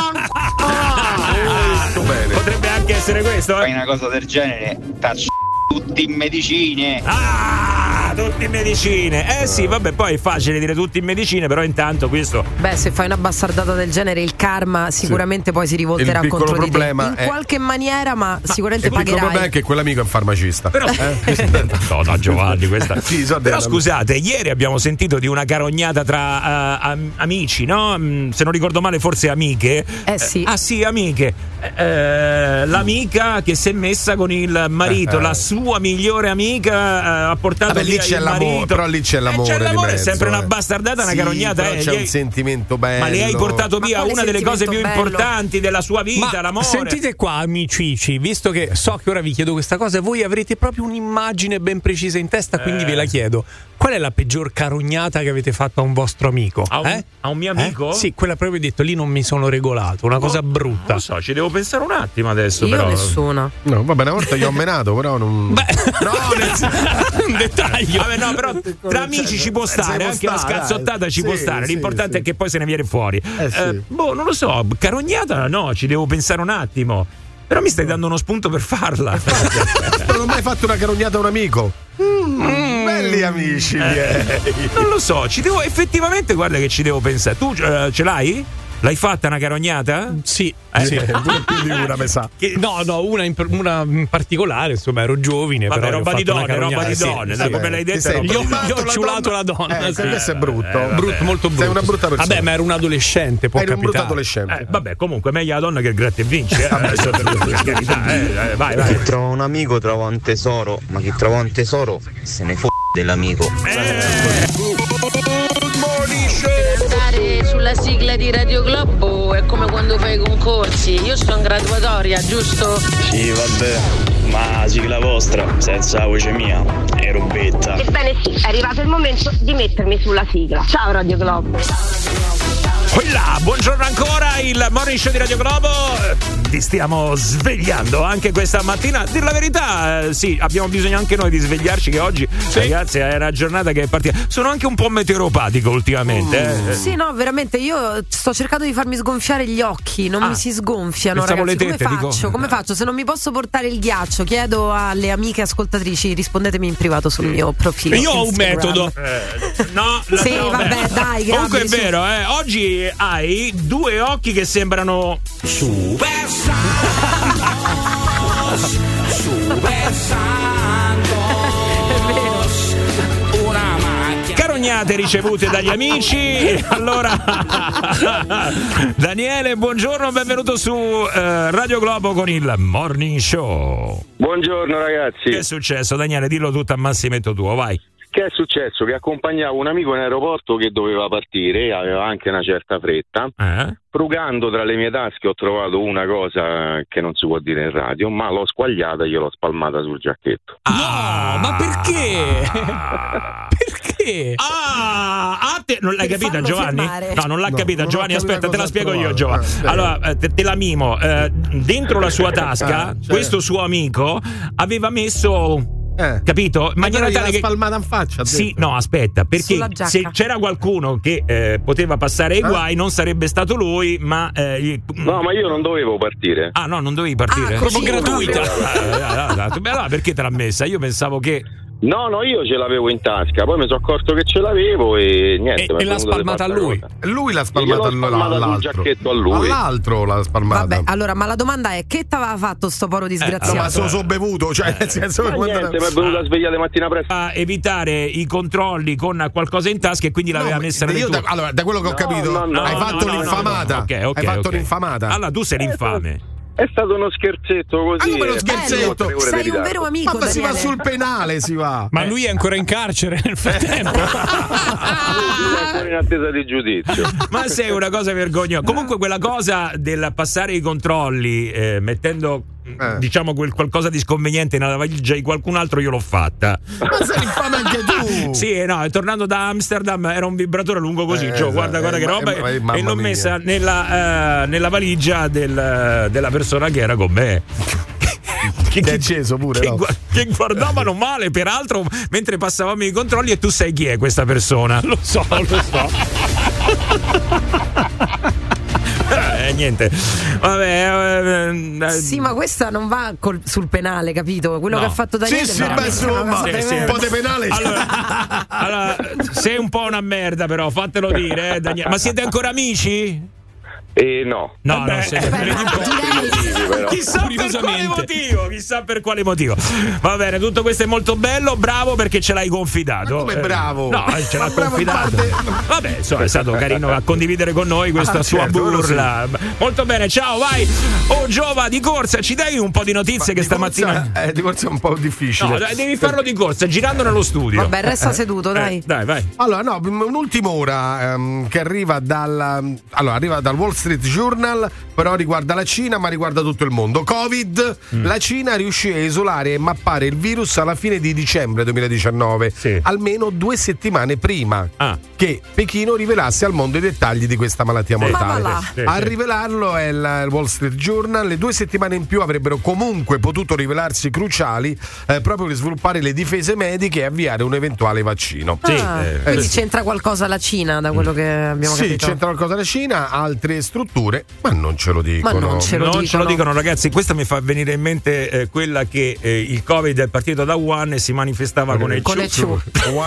potrebbe anche essere questo. Fai una cosa del genere, taccio tutti in medicine. Tutti in medicine. Sì, vabbè, poi è facile dire tutti in medicine, però intanto questo. Se fai una bastardata del genere, il karma sicuramente poi si rivolterà contro di te. In qualche maniera, ma sicuramente pagherai. Il problema è che quell'amico è un farmacista. Però no, Giovanni, questa. Però scusate, ieri abbiamo sentito di una carognata tra amici, no? Se non ricordo male, forse amiche. Sì. Sì, amiche. L'amica che si è messa con il marito, la sua migliore amica ha portato lì c'è l'amore, però lì c'è l'amore. C'è l'amore, mezzo, è sempre una bastardata, una carognata. C'è un sentimento bello. Ma le hai portato via una delle cose più importanti della sua vita, l'amore. Sentite qua, amici, visto che so che ora vi chiedo questa cosa e voi avrete proprio un'immagine ben precisa in testa, quindi ve la chiedo. Qual è la peggior carognata che avete fatto a un vostro amico? A un mio amico? Sì, quella proprio detto, lì non mi sono regolato, una cosa brutta. Non lo so, ci devo pensare un attimo adesso. Io però nessuna. No, vabbè, una volta gli ho menato, però non. Un dettaglio. Vabbè, no, però tra amici ci può stare, anche la scazzottata ci può stare. L'importante è che poi se ne viene fuori. Non lo so, carognata no, ci devo pensare un attimo. Però mi stai dando uno spunto per farla. Non ho mai fatto una carognata a un amico. Belli amici miei. Non lo so, effettivamente, guarda che ci devo pensare. Tu ce l'hai? L'hai fatta una carognata? Sì. Più di una, mi sa. No, una in particolare, insomma, ero giovine. Vabbè, però roba di donne, sì. come l'hai detto. Gli ho ciulato la donna. Questo è brutto. Molto brutto. Sei una brutta persona. Vabbè, ma ero un adolescente, può capitare. Un brutto adolescente. Vabbè, comunque meglio la donna che il gratta e vince. Vai. Chi trova un amico trova un tesoro, ma chi trova un tesoro se ne dell'amico. Andare sulla la sigla di Radio Globo è come quando fai i concorsi. Io sto in graduatoria, giusto? Sì, vabbè, ma sigla vostra, senza voce mia, è robetta. Ebbene sì, è arrivato il momento di mettermi sulla sigla. Ciao Radio Globo. Quella, buongiorno ancora, il Morning Show di Radio Globo. Ti stiamo svegliando anche questa mattina. Dir la verità, sì, abbiamo bisogno anche noi di svegliarci, che oggi, ragazzi, è una giornata che è partita. Sono anche un po' meteoropatico ultimamente. Sì, no, veramente, io sto cercando di farmi sgonfiare gli occhi, non mi si sgonfiano, ragazzi. Le tette, come faccio? Se non mi posso portare il ghiaccio, chiedo alle amiche ascoltatrici, rispondetemi in privato sul mio profilo. Io ho un metodo. Sì, vabbè, dai, comunque è vero, oggi hai due occhi che sembrano super santo. Una macchina. Carognate ricevute dagli amici. Allora, Daniele, buongiorno, benvenuto su Radio Globo con il Morning Show. Buongiorno ragazzi. Che è successo, Daniele? Dillo tutto a massimento tuo, vai. Che è successo? Che accompagnavo un amico in aeroporto che doveva partire, aveva anche una certa fretta. Frugando tra le mie tasche ho trovato una cosa che non si può dire in radio, ma l'ho squagliata e gliel'ho spalmata sul giacchetto. No, ma perché? Perché? Non l'hai capita, Giovanni? Fermare. No, non l'ha capita, Giovanni. Aspetta, te la spiego io, Giovanni. Allora, te la mimo. Dentro la sua tasca, questo suo amico aveva messo. Capito? In maniera tale che spalmata in faccia. Sì, no, aspetta, perché se c'era qualcuno che poteva passare ai guai, non sarebbe stato lui, ma no, ma io non dovevo partire. Ah, no, non dovevi partire? Proprio gratuita. Allora, perché te l'ha messa? Io pensavo che No, io ce l'avevo in tasca, poi mi sono accorto che ce l'avevo e niente. E l'ha spalmata a lui. Lui l'ha spalmata all'altro. Sul giacchetto a lui. All'altro l'ha spalmata. Vabbè, allora, ma la domanda è: che t'aveva fatto sto poro disgraziato? Ma se lo so bevuto, cioè nel senso che niente, mi è venuta svegliare mattina presto. A evitare i controlli con qualcosa in tasca e quindi l'aveva messa nelle tue. Allora, da quello che ho capito, hai fatto l'infamata. Hai fatto l'infamata. Allora tu sei l'infame. È stato uno scherzetto così. Come uno scherzetto? Sei un vero amico. Ma si va sul penale, si va. Ma lui è ancora in carcere nel frattempo. Lui è ancora in attesa di giudizio. Ma sei una cosa vergognosa. Comunque quella cosa del passare i controlli mettendo diciamo qualcosa di sconveniente nella valigia di qualcun altro, io l'ho fatta. Ma sei infame anche tu. Sì, no, tornando da Amsterdam era un vibratore lungo così, guarda che roba, e l'ho messa nella valigia della persona che era con me. Che è acceso pure, che guardavano male peraltro mentre passavamo i controlli. E tu sai chi è questa persona? Lo so. Niente, vabbè. Sì, ma questa non va sul penale, capito? Quello che ha fatto Daniele. Sì, ma insomma, un po' di penale. Allora, sei un po' una merda, però fatelo dire, Daniele. Ma siete ancora amici? No. Chissà per quale motivo. Va bene, tutto questo è molto bello. Bravo, perché ce l'hai confidato. Ma come bravo? No, ce l'ha confidato. Vabbè, insomma, è stato carino a condividere con noi questa sua burla. Sì. Molto bene, ciao, vai. Giova, di corsa, ci dai un po' di notizie che stamattina. Di corsa è un po' difficile. No, devi farlo di corsa, girando nello studio. Vabbè, resta seduto, dai. Dai, vai. Allora, no, un'ultima ora che arriva dal Wall Street Journal, però riguarda la Cina, ma riguarda tutto il mondo. Covid, la Cina riuscì a isolare e mappare il virus alla fine di dicembre 2019, almeno 2 settimane prima che Pechino rivelasse al mondo i dettagli di questa malattia mortale. A rivelarlo è il Wall Street Journal. Le 2 settimane in più avrebbero comunque potuto rivelarsi cruciali proprio per sviluppare le difese mediche e avviare un eventuale vaccino. Quindi c'entra qualcosa la Cina, da quello che abbiamo capito? Sì, c'entra qualcosa la Cina, altre strutture, ma non ce lo dicono. Non ce lo dicono, ragazzi. Questa mi fa venire in mente quella che il Covid è partito da Wuhan e si manifestava con il ciu.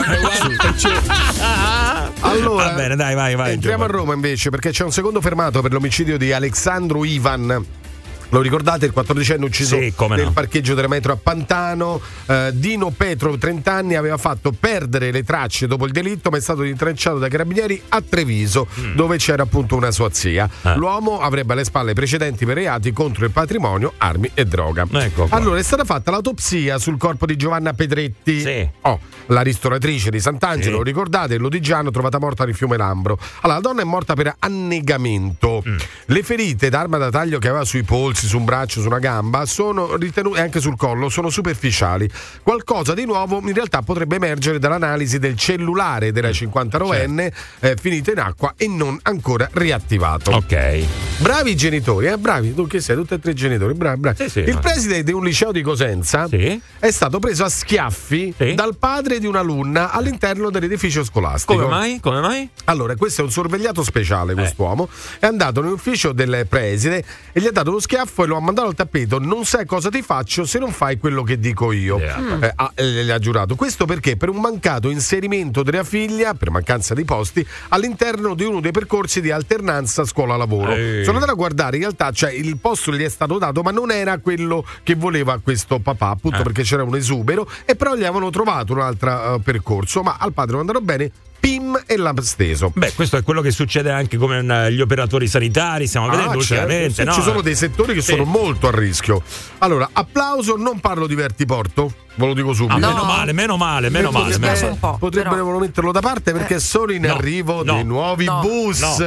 Allora, va bene, dai, vai. Entriamo a Roma invece, perché c'è un secondo fermato per l'omicidio di Alexandru Ivan. Lo ricordate, il 14enne ucciso nel parcheggio della metro a Pantano? Dino Petro, 30 anni, aveva fatto perdere le tracce dopo il delitto, ma è stato rintracciato dai carabinieri a Treviso, dove c'era appunto una sua zia. L'uomo avrebbe alle spalle precedenti per reati contro il patrimonio, armi e droga. Allora è stata fatta l'autopsia sul corpo di Giovanna Pedretti, la ristoratrice di Sant'Angelo, ricordate, lodigiano, trovata morta nel fiume Lambro. Allora, la donna è morta per annegamento. Le ferite d'arma da taglio che aveva sui polsi, su un braccio, su una gamba, sono ritenute, e anche sul collo, sono superficiali. Qualcosa di nuovo in realtà potrebbe emergere dall'analisi del cellulare della 59enne finito in acqua e non ancora riattivato. Bravi i genitori, bravi, tu che sei, tutti e tre genitori, bravi. Il preside di un liceo di Cosenza è stato preso a schiaffi dal padre di un'alunna all'interno dell'edificio scolastico. Come mai? Allora, questo è un sorvegliato speciale, quest'uomo è andato nell'ufficio del preside e gli ha dato lo schiaffo e lo ha mandato al tappeto. Non sai cosa ti faccio se non fai quello che dico io. Gli ha giurato. Questo perché? Per un mancato inserimento della figlia, per mancanza di posti, all'interno di uno dei percorsi di alternanza scuola-lavoro. Sono andato a guardare, in realtà il posto gli è stato dato, ma non era quello che voleva questo papà, appunto perché c'era un esubero, e però gli avevano trovato un altro percorso, ma al padre non andarono bene. PIM e l'ha steso. Questo è quello che succede anche con gli operatori sanitari, stiamo vedendo ultimamente. Ci sono dei settori che sono molto a rischio. Allora, applauso, non parlo di Vertiporto, ve lo dico subito. Meno male. Potrebbero metterlo da parte perché sono in arrivo dei nuovi bus. Non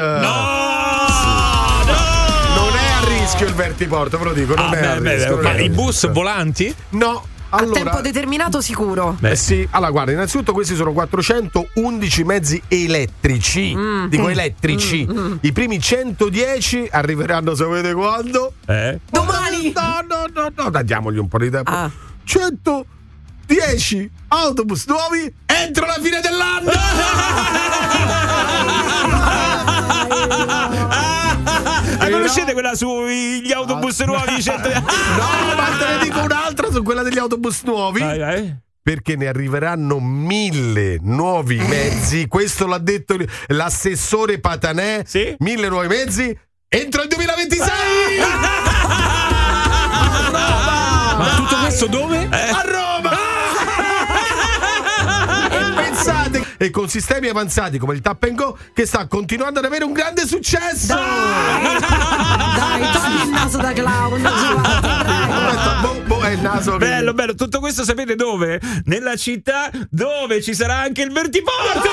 è a rischio il Vertiporto, ve lo dico, non è a rischio. Ma i bus volanti? No. Allora, a tempo determinato sicuro. Sì, allora guarda, innanzitutto questi sono 411 mezzi elettrici, dico elettrici. I primi 110 arriveranno, sapete quando? Domani. No, diamogli un po' di tempo. 110 autobus nuovi entro la fine dell'anno. Conoscete quella sugli autobus nuovi? No, ma te ne dico un'altra su quella degli autobus nuovi. Perché ne arriveranno 1000 nuovi mezzi. Questo l'ha detto l'assessore Patanè. 1000 nuovi mezzi entro il 2026. Ma tutto questo dove? A Roma. Pensate, e con sistemi avanzati come il Tap and Go, che sta continuando ad avere un grande successo. Dai, togli il naso da clown. È il naso. Bello. Tutto questo sapete dove? Nella città dove ci sarà anche il Vertiporto.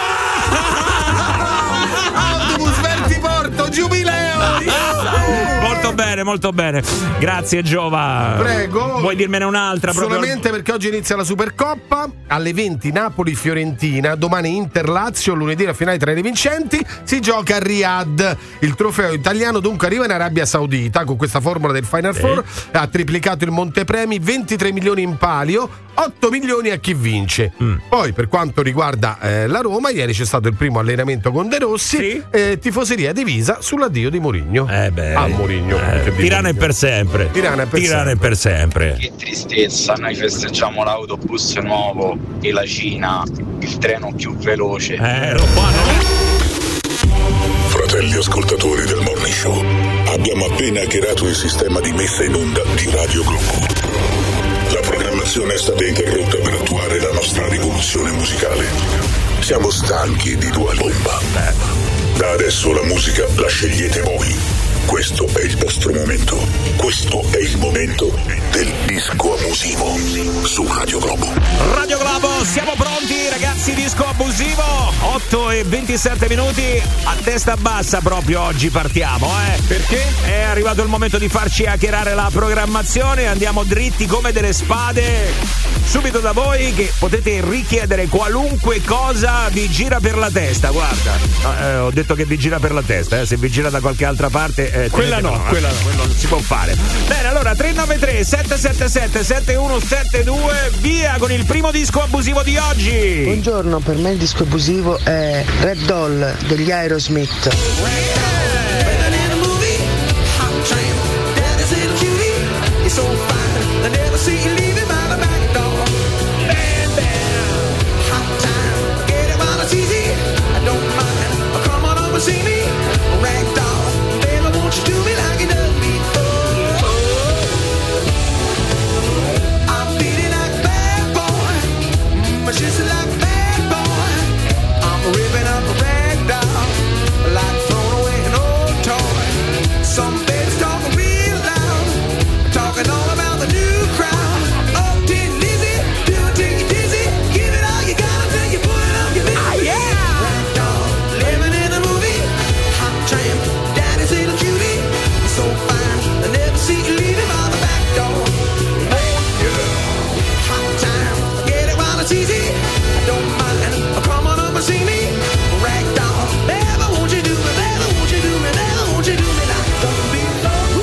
Autobus Vertiporto giubileo. Molto bene. Grazie Giova. Prego. Vuoi dirmene un'altra? Solamente perché oggi inizia la Supercoppa alle 20 Napoli-Fiorentina, domani Inter-Lazio, lunedì la finale tra i vincenti, si gioca a Riyadh. Il trofeo italiano dunque arriva in Arabia Saudita con questa formula del Final Four, ha triplicato il montepremi, 23 milioni in palio, 8 milioni a chi vince. Poi per quanto riguarda la Roma, ieri c'è stato il primo allenamento con De Rossi, tifoseria divisa sull'addio di Mourinho. A Mourinho. Tirana è per sempre. Tirana è per sempre. Che tristezza, noi festeggiamo l'autobus nuovo e la Cina, il treno più veloce. Fratelli ascoltatori del Morning Show, abbiamo appena hackerato il sistema di messa in onda di Radio Globo. La programmazione è stata interrotta per attuare la nostra rivoluzione musicale. Siamo stanchi di Dua Lipa. Da adesso la musica la scegliete voi. Questo è il vostro momento. Questo è il momento del disco abusivo su Radio Globo. Radio Globo, siamo pronti ragazzi, disco abusivo. 8:27 a testa bassa proprio oggi partiamo, Perché? È arrivato il momento di farci hackerare la programmazione. Andiamo dritti come delle spade subito da voi, che potete richiedere qualunque cosa vi gira per la testa. Guarda, ho detto che vi gira per la testa, se vi gira da qualche altra parte quella no, quello non si può fare. Bene, allora 393 777 7172, via con il primo disco abusivo di oggi. Buongiorno, per me il disco abusivo è Red Doll degli Aerosmith. so fine. I never see you leaving by the back door. Hey, girl, hot time, get it while it's easy. I don't mind, come on over, see me. Ragdoll, baby, won't you do me, baby, won't you do me, baby, won't you do me like don't be alone.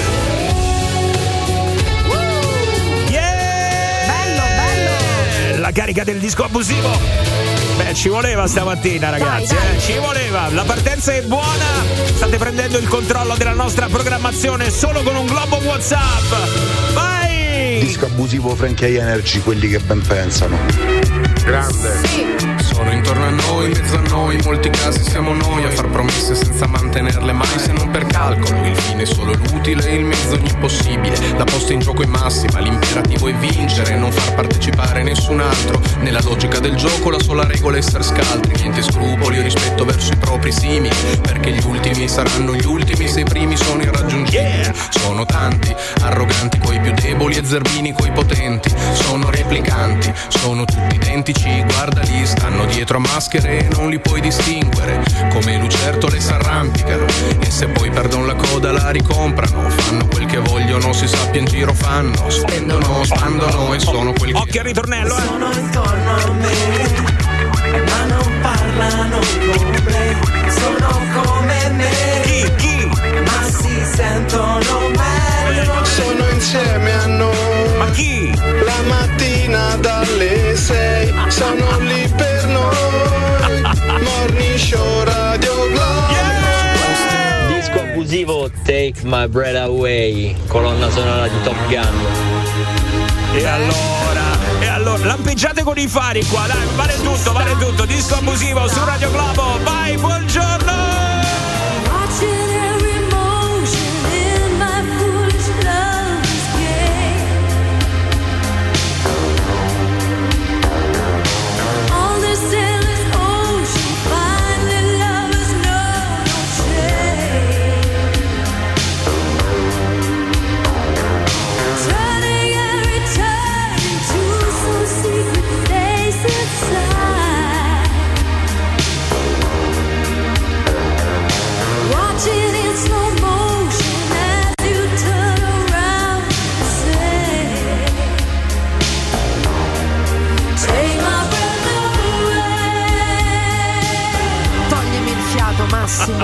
La carica del disco abusivo. Beh, ci voleva stamattina, ragazzi. Dai. Ci voleva. La partenza è buona. State prendendo il controllo della nostra programmazione solo con un globo WhatsApp. Vai! Disco abusivo Frankie Energy, quelli che ben pensano. Grande. Sì. Sono intorno a noi, in mezzo a noi, in molti casi siamo noi a far promesse senza mantenerle mai se non per calcolo. Il fine è solo l'utile, il mezzo ogni possibile. La posta in gioco è massima, l'imperativo è vincere, non far partecipare nessun altro. Nella logica del gioco la sola regola è essere scaltri. Niente scrupoli o rispetto verso i propri simili, perché gli ultimi saranno gli ultimi se i primi sono irraggiungibili. Sono tanti, arroganti coi più deboli e zerbini coi potenti. Sono replicanti, sono tutti identici, guardali, stanno dietro a maschere e non li puoi distinguere. Come lucertole s'arrampicano e se poi perdono la coda la ricomprano. Fanno quel che vogliono, si sappia in giro fanno. Spendono, spandono e sono quel che... Occhio al ritornello, Sono intorno a me, ma non parlano con me. Sono come me. Chi? Ma si sentono meglio. Sono insieme a noi. Ma chi? La mattina dalle 6 sono lì per noi. Morning Show Radio Globo. Disco abusivo Take My Breath Away, colonna sonora di Top Gun. E allora, lampeggiate con i fari qua, dai, vale tutto. Disco abusivo su Radio Globo. Vai, buongiorno. Massimo.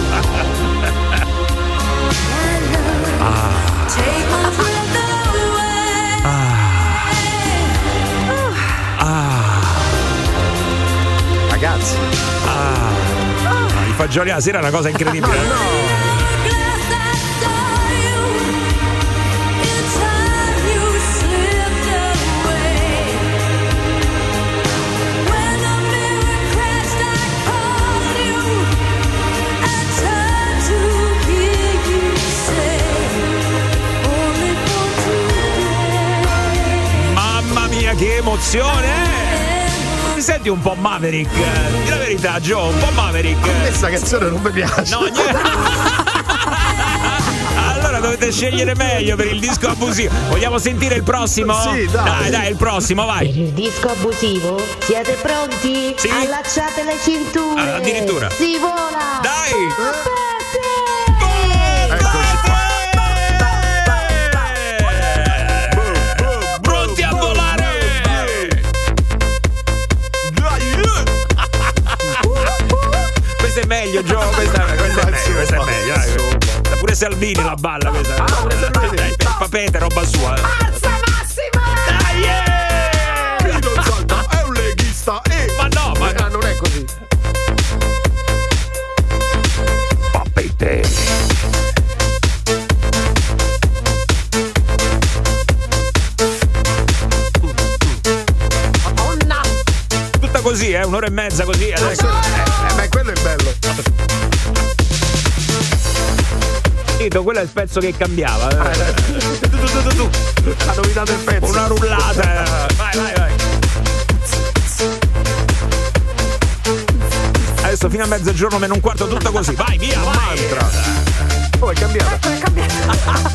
Ragazzi. I fagioli alla sera è una cosa incredibile. No. Che emozione! Mi senti un po' Maverick? Di la verità, Joe, un po' Maverick. Questa canzone non mi piace. No, niente. Allora dovete scegliere meglio per il disco abusivo. Vogliamo sentire il prossimo? Sì, dai. Dai, il prossimo, vai. Per il disco abusivo siete pronti? Sì. Allacciate le cinture. Addirittura. Si vola. Dai. Questa è meglio, Gio, questa è meglio. Dai. Pure Salvini la balla questa. Papete, roba sua. Alza Massimo! Dai! Chi non salta è un leghista. Ma no, ma non è così. Papete. Tutta così, un'ora e mezza così adesso. Ma quello è bello. Quello è il pezzo che cambiava. La novità del pezzo. Una rullata. Vai. Adesso fino a mezzogiorno meno un quarto, tutto così. Vai, via, vai. Mantra. Oh, è cambiata.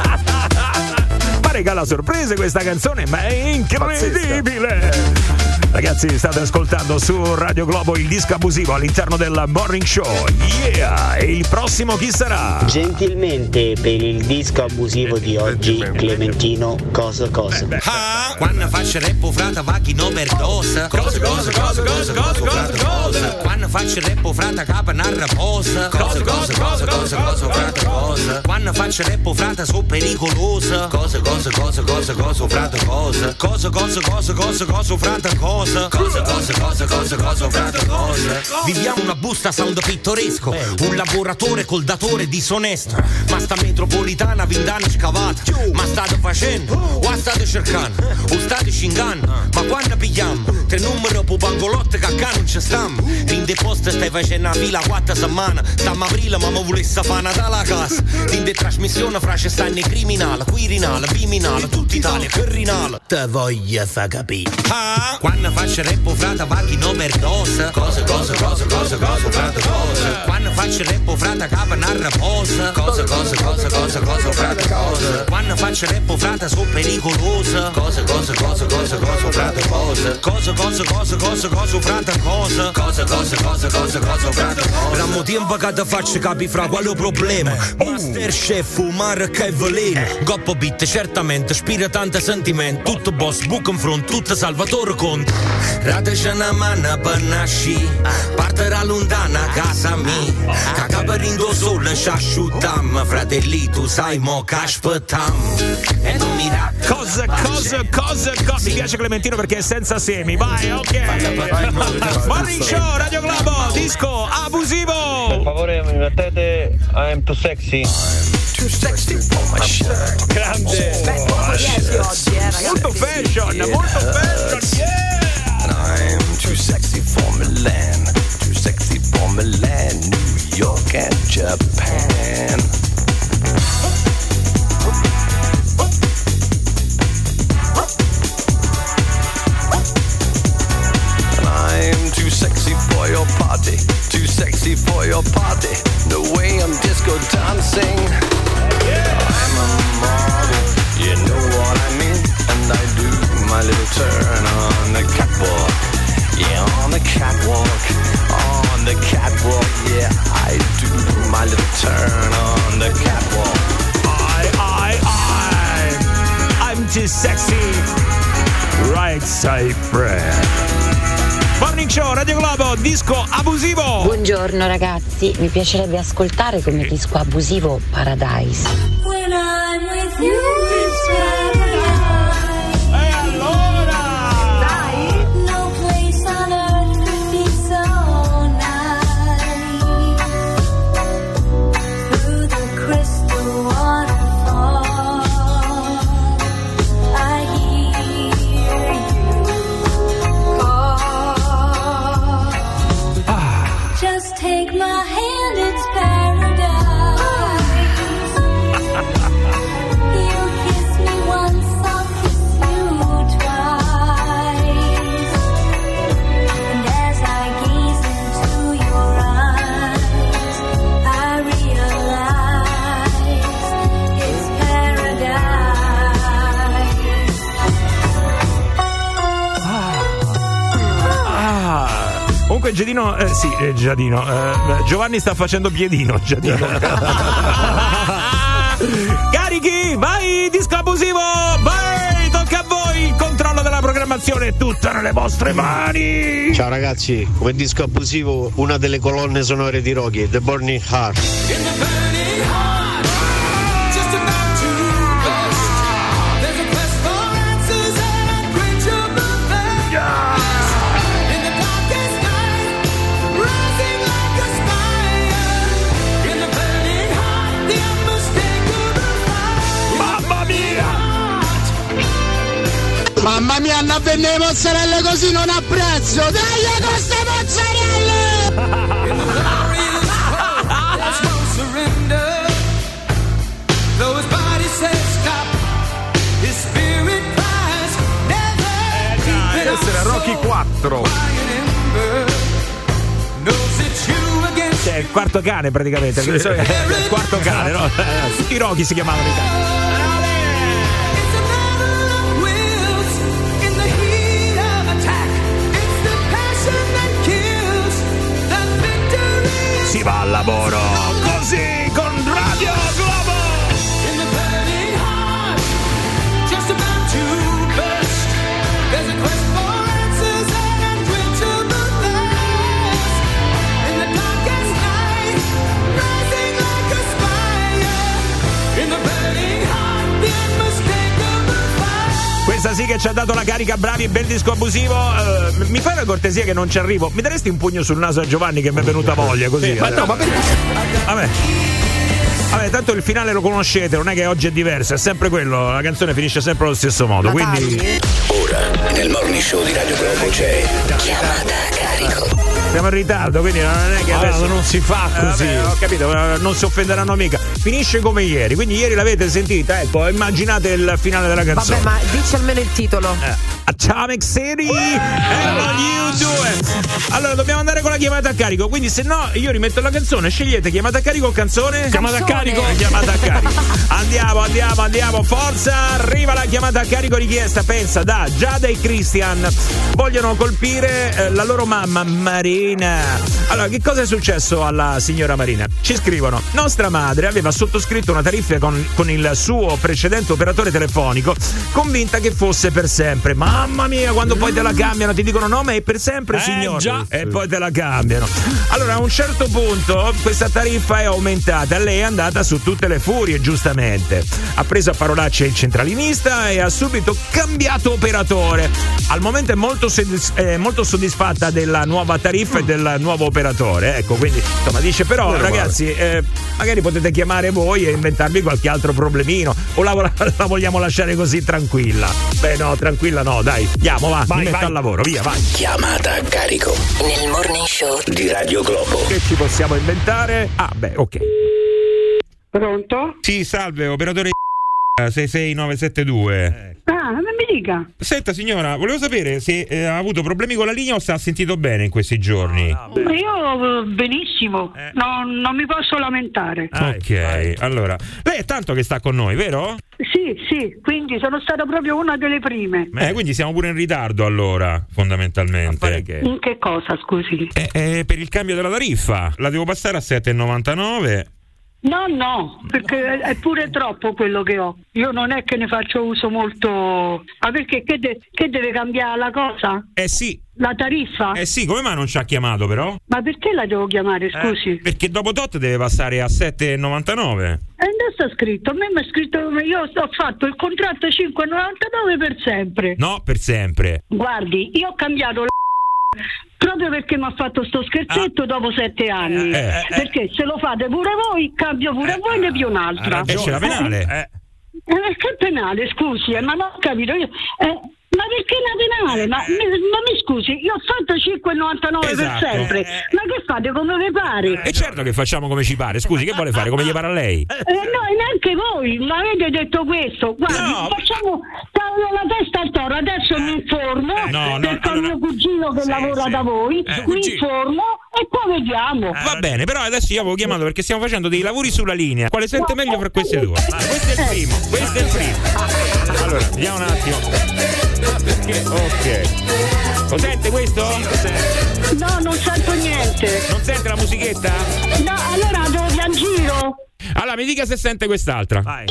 Ma regala sorprese questa canzone, ma è incredibile. Ragazzi, state ascoltando su Radio Globo il disco abusivo all'interno del Morning Show. Yeah! E il prossimo chi sarà? Gentilmente per il disco abusivo di oggi, Clementino, cosa. Quando faccio rap frata va chi non perdosa. Cosa. Quando faccio rap frata capa narra posa. Cosa frata cosa. Quando faccio rap frata so pericolosa. Cosa frata cosa. Cosa frata cosa. Cosa frata cosa. Viviamo una busta sound pittoresco. Un lavoratore col datore disonesto. Ma sta metropolitana 20 anni scavata. Ma state facendo o state cercando o state cingando. Ma quando pigliamo 3 numeri per pangolotte che acá non ci stiamo. In deposto stai facendo una fila 4 settimane. Stiamo a aprile ma mi volesse fare Natale a casa. In de trasmissione fra ci stanno i criminali, Quirinale, Viminale, tutta Italia, Quirinale. Te voglio fa capire. Quando faccio rap frata va chi non perdosa. Cosa frata cosa. Quando faccio rap frata capa narra posa. Cosa frata cosa. Quando faccio rap frata so pericolosa. Cosa frata cosa. Cosa frata cosa. Cosa frata cosa. Rammo tempo che ti faccio capire fra quale problema. Masterchef, fumare che veleno. Goppo beat certamente spira tanto sentimento. Tutto boss, book in front, tutto Salvatore Conte. Rateci una mano per nasci. Partirà lontana casa mia. Cacaperindo sole ci asciuttam. Fratelli tu sai mo che aspettam. E non mi dà. Cosa. Mi piace Clementino perché è senza semi. Vai, ok. Morning Show, Radio Globo, disco abusivo. Per favore mi mettete I'm too sexy. Too sexy for my shirt. Grande. Molto fashion, yeah. I'm too sexy for Milan. Too sexy for Milan, New York and Japan. I'm too sexy for your party. Too sexy for your party. The way I'm disco dancing. I'm a model, you know what I mean. And I do my little turn on the catwalk. Yeah, on the catwalk. On the catwalk, yeah, I do my little turn on the catwalk. I'm too sexy. Right side friend. Morning Show, Radio Globo, disco abusivo. Buongiorno ragazzi, mi piacerebbe ascoltare come disco abusivo Paradise. When I'm with you, it's E allora? Dai! No place on earth could be so nice. Through the crystal waterfall, I hear you call. Just take my hand, it's paradise. You kiss me once, I'll kiss you twice. And as I gaze into your eyes, I realize it's paradise. Comunque Giadino, Giadino, Giovanni sta facendo piedino, Giadino. Carichi, vai, disco abusivo, vai, tocca a voi, il controllo della programmazione è tutta nelle vostre mani. Ciao ragazzi, come disco abusivo una delle colonne sonore di Rocky, The Burning Heart. Mamma mia, hanno venduto le mozzarelle così non apprezzo! Dai con queste mozzarelle! Questo era Rocky 4. Cioè, il quarto cane praticamente. Sì. Il quarto cane, no? Tutti i Rocky si chiamavano i cani. va al lavoro. Così con Radio Globo. Questa sì che ci ha dato la carica, bravi, bel disco abusivo. Mi fai una cortesia che non ci arrivo? Mi daresti un pugno sul naso a Giovanni che mi è venuta voglia così? Ma no, ma perché? Vabbè, tanto il finale lo conoscete, non è che oggi è diverso, è sempre quello, la canzone finisce sempre allo stesso modo, quindi... Ora, nel Morning Show di Radio Globo c'è Chiamata a carico. Siamo in ritardo, quindi non è che adesso non si fa così. Ho capito, non si offenderanno mica. Finisce come ieri, quindi ieri l'avete sentita, ecco, immaginate il finale della canzone. Vabbè, ma dici almeno il titolo. Atomic City and all you do it. Allora dobbiamo andare con la chiamata a carico, quindi se no io rimetto la canzone, scegliete chiamata a carico o canzone? Chiamata a carico. Chiamata a carico. Andiamo, forza, arriva la chiamata a carico richiesta, pensa, da Giada e Christian. Vogliono colpire la loro mamma Marina. Allora, che cosa è successo alla signora Marina? Ci scrivono: nostra madre aveva sottoscritto una tariffa con il suo precedente operatore telefonico, convinta che fosse per sempre. Mamma mia, quando poi te la cambiano, ti dicono no, ma è per sempre, signore. Già. E poi te la cambiano. Allora, a un certo punto questa tariffa è aumentata, lei è andata su tutte le furie, giustamente. Ha preso a parolacce il centralinista e ha subito cambiato operatore. Al momento è molto soddisfatta della nuova tariffa e del nuovo operatore, ecco, quindi insomma dice però ragazzi magari potete chiamare voi e inventarvi qualche altro problemino, o la vogliamo lasciare così tranquilla? Beh no, tranquilla no, dai, andiamo, mi metto al lavoro, via, vai. Chiamata a carico nel Morning Show di Radio Globo. Che ci possiamo inventare? Ok. Pronto? Sì, salve, operatore 66972. Non mi dica. Senta signora, volevo sapere se ha avuto problemi con la linea o se ha sentito bene in questi giorni. Io benissimo, non mi posso lamentare. Ok, allora, lei è tanto che sta con noi, vero? Sì, quindi sono stata proprio una delle prime. Quindi siamo pure in ritardo allora, fondamentalmente. In che cosa, scusi? Per il cambio della tariffa, la devo passare a 7,99. No, perché è pure troppo quello che ho. Io non è che ne faccio uso molto. Perché che deve cambiare la cosa? Sì. La tariffa? Sì, come mai non ci ha chiamato però? Ma perché la devo chiamare, scusi? Perché dopo tot deve passare a 7,99. Non sta scritto, a me mi è scritto, io ho fatto il contratto 5,99 per sempre. No, per sempre. Guardi, io ho cambiato proprio perché mi ha fatto sto scherzetto dopo 7 anni. Perché se lo fate pure voi, cambio pure voi, ne più un'altra. C'è la penale. Che penale, scusi, ma non ho capito io. Ma perché la penale? Ma mi scusi, io ho fatto 5,99 per sempre. Ma che fate, come vi pare? E certo che facciamo come ci pare. Scusi, che vuole fare? Come gli pare a lei? No, e neanche voi mi avete detto questo. Guardi, facciamo la testa al toro. Adesso mi informo perché ho mio cugino che lavora da voi. Mi informo e poi vediamo. Va bene, però adesso io avevo chiamato perché stiamo facendo dei lavori sulla linea. Quale sente meglio fra queste due? Questo è il primo. Allora, vediamo un attimo. Ok. Lo sente questo? No, non sento niente. Non sente la musichetta? No, allora devo piangere. Allora mi dica se sente quest'altra. Vai.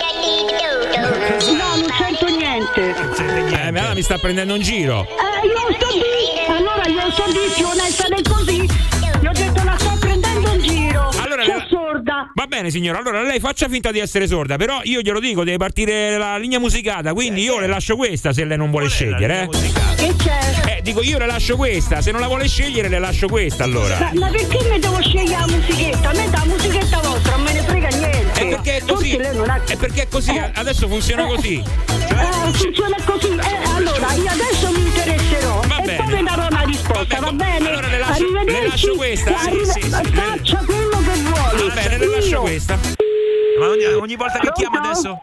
No, non sento niente. Allora mi sta prendendo in giro. Io sto lì. Allora io sto lì, più onesta del così. Gli ho detto la sto prendendo in giro. Allora, sono sorda. Va bene signora, allora lei faccia finta di essere sorda, però io glielo dico, deve partire la linea musicata, quindi io le lascio questa se lei non vuole scegliere. Che c'è? Dico io le lascio questa, se non la vuole scegliere le lascio questa allora. Ma perché mi devo scegliere la musichetta? A me da musichetta vostra non me ne frega niente. Perché è così. È perché è così, adesso funziona così. Funziona così. Allora io adesso mi interesserò. Va e bene. poi mi darò una risposta, va bene? Allora le lascio questa. Faccia quello che vuole. Va bene, le lascio questa. Ma ogni volta che chiama adesso?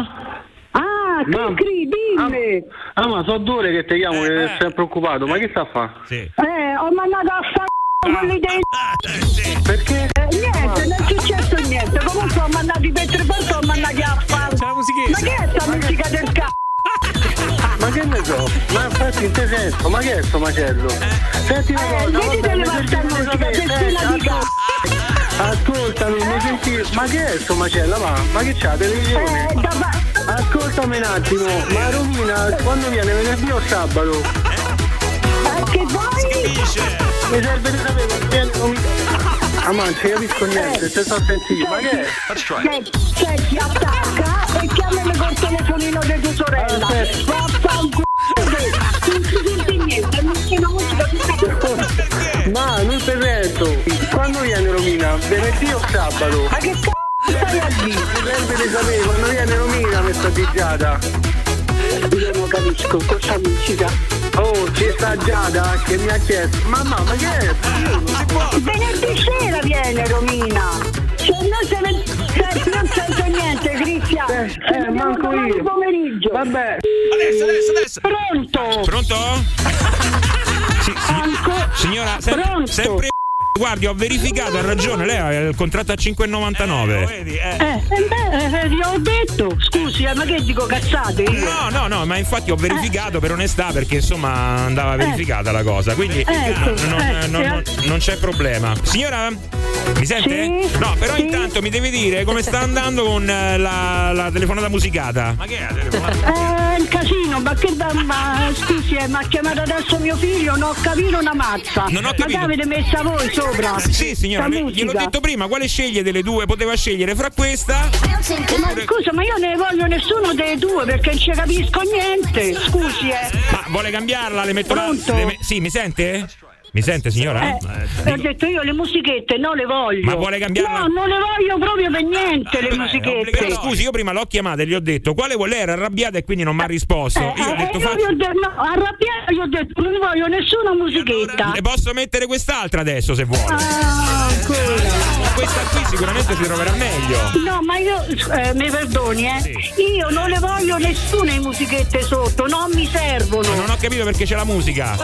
Dimmi. Ma sono 2 ore che ti chiamo, che sei preoccupato, ma che sta a fare? Ho mandato a fare quelli dei. Perché? Niente, non è successo niente. Comunque ho mandato i Petriporto, ho mandato a fare. C'è la musichetta. Ma che è sta musica del c***o? Ma che ne so? Ma infatti in te senso, ma che è sto macello? Senti una cosa, vedi delle vostre musiche, testina di c***o. Ascoltami, mi senti. Ma che è sto macella? Ma che c'ha la televisione? Ascoltami un attimo, ma Romina quando viene, venerdì o sabato? Che vuoi? Mi serve di sapere quando viene Romina. Ah, ma non ci capisco niente, se sto sentito, ma che è? Senti, attacca e chiamami col telefonino di tua sorella. Vaffanculo. Non si sente niente, non c'è una musica tutta. Ma non ti sento. Quando viene Romina? Venerdì o sabato? Ma che c***o stai a dire? Mi serve di sapere quando viene Romina questa digiata. Io non capisco, cosa musica? Oh, c'è sta Giada che mi ha chiesto. Mamma, ma che è? Venerdì sera viene Romina. Se non sento niente, Cristian. Manco io. Pomeriggio. Vabbè. Adesso. Pronto? Sì, signora, sempre. Guardi, ho verificato, ha ragione, lei ha il contratto a 5,99. Gli ho detto, scusi, ma che dico cazzate io? No, ma infatti ho verificato per onestà, perché insomma andava verificata la cosa, quindi non c'è problema. Signora? Mi sente? Sì, no, però intanto mi deve dire come sta andando con la telefonata musicata. Ma che è la telefonata? Un casino, ma scusi, mi ha chiamato adesso mio figlio, non ho capito una mazza. Non ho capito. Ma l'avete messa voi sopra? Sì, signora, gliel'ho detto prima, quale sceglie delle due? Poteva scegliere fra questa? Ma scusa, ma io ne voglio nessuno delle due perché non ci capisco niente. Scusi, Ma vuole cambiarla? Le metto sì, mi sente? Mi sente, signora? Ho detto io le musichette non le voglio. Ma vuole cambiarla? No, non le voglio proprio per niente le musichette. Però scusi, io prima l'ho chiamata e gli ho detto quale vuole, era arrabbiata e quindi non mi ha risposto. Io ho detto arrabbiata, gli ho detto non voglio nessuna musichetta. Le posso mettere quest'altra adesso se vuole. Questa qui sicuramente si troverà meglio. No, ma io mi perdoni, io non le voglio nessuna musichette sotto, non mi servono. Non ho capito perché c'è la musica.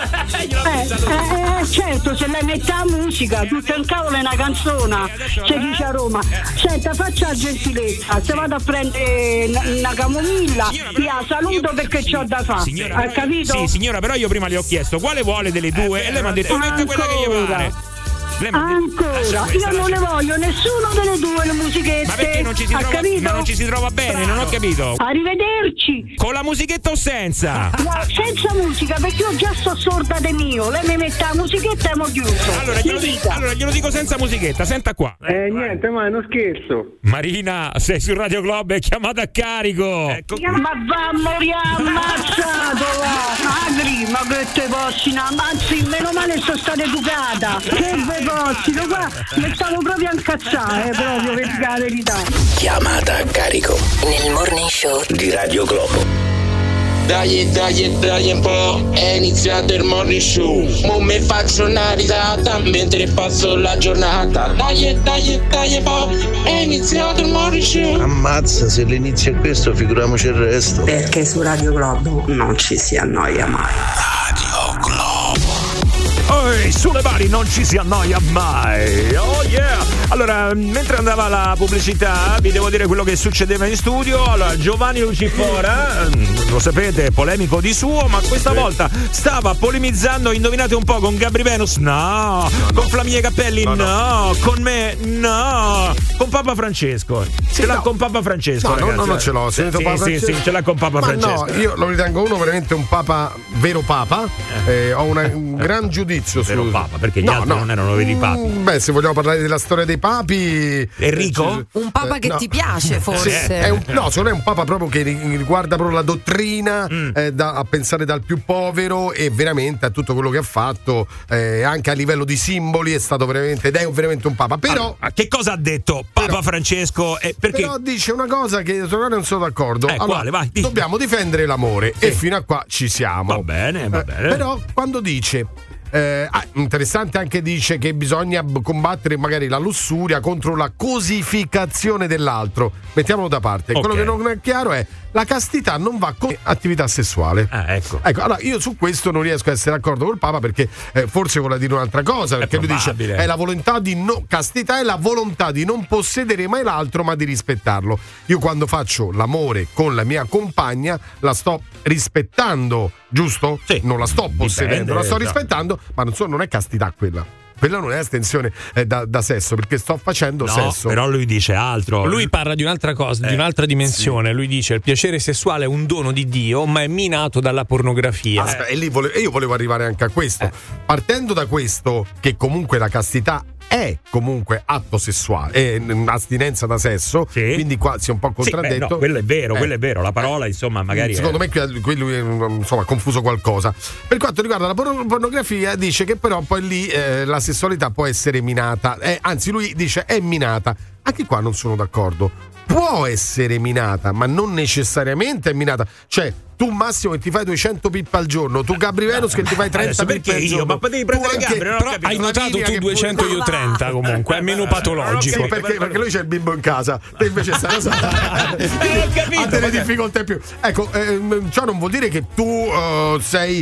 Certo, se lei mette la musica, tutto in cavolo è una canzone, si dice a Roma. Senta, faccia la gentilezza, se vado a prendere una camomilla, io saluto perché c'ho da fare. Ha capito? Sì, signora, però io prima le ho chiesto quale vuole delle due e lei mi ha detto metta quella che gli pare. Ancora, io non ne voglio nessuno delle due le musichette. Ma perché non ci si trova? Ma non ci si trova bene, non ho capito. Arrivederci. Con la musichetta o senza? No, senza musica, perché io già sto sorda di mio. Lei mi mette la musichetta e mo' chiuso. Allora glielo dico senza musichetta, senta qua. Niente, ma è uno scherzo. Marina, sei su Radio Globo, è chiamata a carico. Ma va a morire ammazzato, Agri, ma che te possi, ammazzi, meno male sono stata educata. Che ve possino, qua mi stavo proprio a incazzare, proprio per dire la verità. Chiamata a carico nel Morning Show di Radio Globo. Dai un po', è iniziato il Morning Show. Mo' me faccio una risata mentre passo la giornata. Dai un po', è iniziato il Morning Show. Ammazza, se l'inizio è questo, figuriamoci il resto. Perché su Radio Globo non ci si annoia mai. Radio Globo. Sulle mani non ci si annoia mai. Oh yeah. Allora, mentre andava la pubblicità, vi devo dire quello che succedeva in studio. Allora, Giovanni Lucifora, lo sapete, polemico di suo, ma questa volta stava polemizzando, indovinate un po', con Gabri Venus, no. Con Flaminia Cappelli, no. Con me, no. Con Papa Francesco. Ce l'ha con Papa Francesco. No, non ce l'ho. Sì, ce l'ha con Papa Francesco. No, io lo ritengo uno veramente un papa, vero papa. Ho un gran giudizio su Papa, perché gli altri non erano veri papi. Beh, se vogliamo parlare della storia dei papi, Enrico? Un papa che ti piace, forse? Secondo me è un papa proprio che riguarda proprio la dottrina, a pensare dal più povero e veramente a tutto quello che ha fatto, anche a livello di simboli è stato veramente, ed è veramente un papa. Però che cosa ha detto Papa Francesco? Perché? Però dice una cosa che non sono d'accordo. Allora, quale? Vai, dobbiamo difendere l'amore, e fino a qua ci siamo. Va bene. Però quando dice interessante, anche dice che bisogna combattere magari la lussuria contro la cosificazione dell'altro. Mettiamolo da parte. Quello che non è chiaro è la castità non va con attività sessuale. Ecco, allora io su questo non riesco a essere d'accordo col Papa, perché forse vuole dire un'altra cosa, perché lui dice è la volontà di castità è la volontà di non possedere mai l'altro, ma di rispettarlo. Io quando faccio l'amore con la mia compagna la sto rispettando, giusto? Sì. Non la sto possedendo, la sto rispettando, ma non è castità quella. quella non è astensione da sesso, perché sto facendo sesso. Però lui dice altro. Lui parla di un'altra cosa, di un'altra dimensione. Lui dice il piacere sessuale è un dono di Dio, ma è minato dalla pornografia. Aspetta, e lì io volevo arrivare anche a questo. Partendo da questo, che comunque la castità è comunque atto sessuale, astinenza da sesso, quindi qua si è un po' contraddetto. Quello è vero, la parola insomma magari secondo me qui lui insomma ha confuso qualcosa. Per quanto riguarda la pornografia, dice che però poi lì la sessualità può essere minata, anzi lui dice è minata. Anche qua non sono d'accordo. Può essere minata, ma non necessariamente è minata. Cioè, tu Massimo che ti fai 200 pippe al giorno, tu Gabri Venus che ti fai 30 pippe al giorno. Ma potevi prendere Gabri, però hai notato tu 200 io 30 comunque, è meno patologico. Sì, perché lui c'è il bimbo in casa, te invece stai ha delle difficoltà in più. Ecco, ciò non vuol dire che tu sei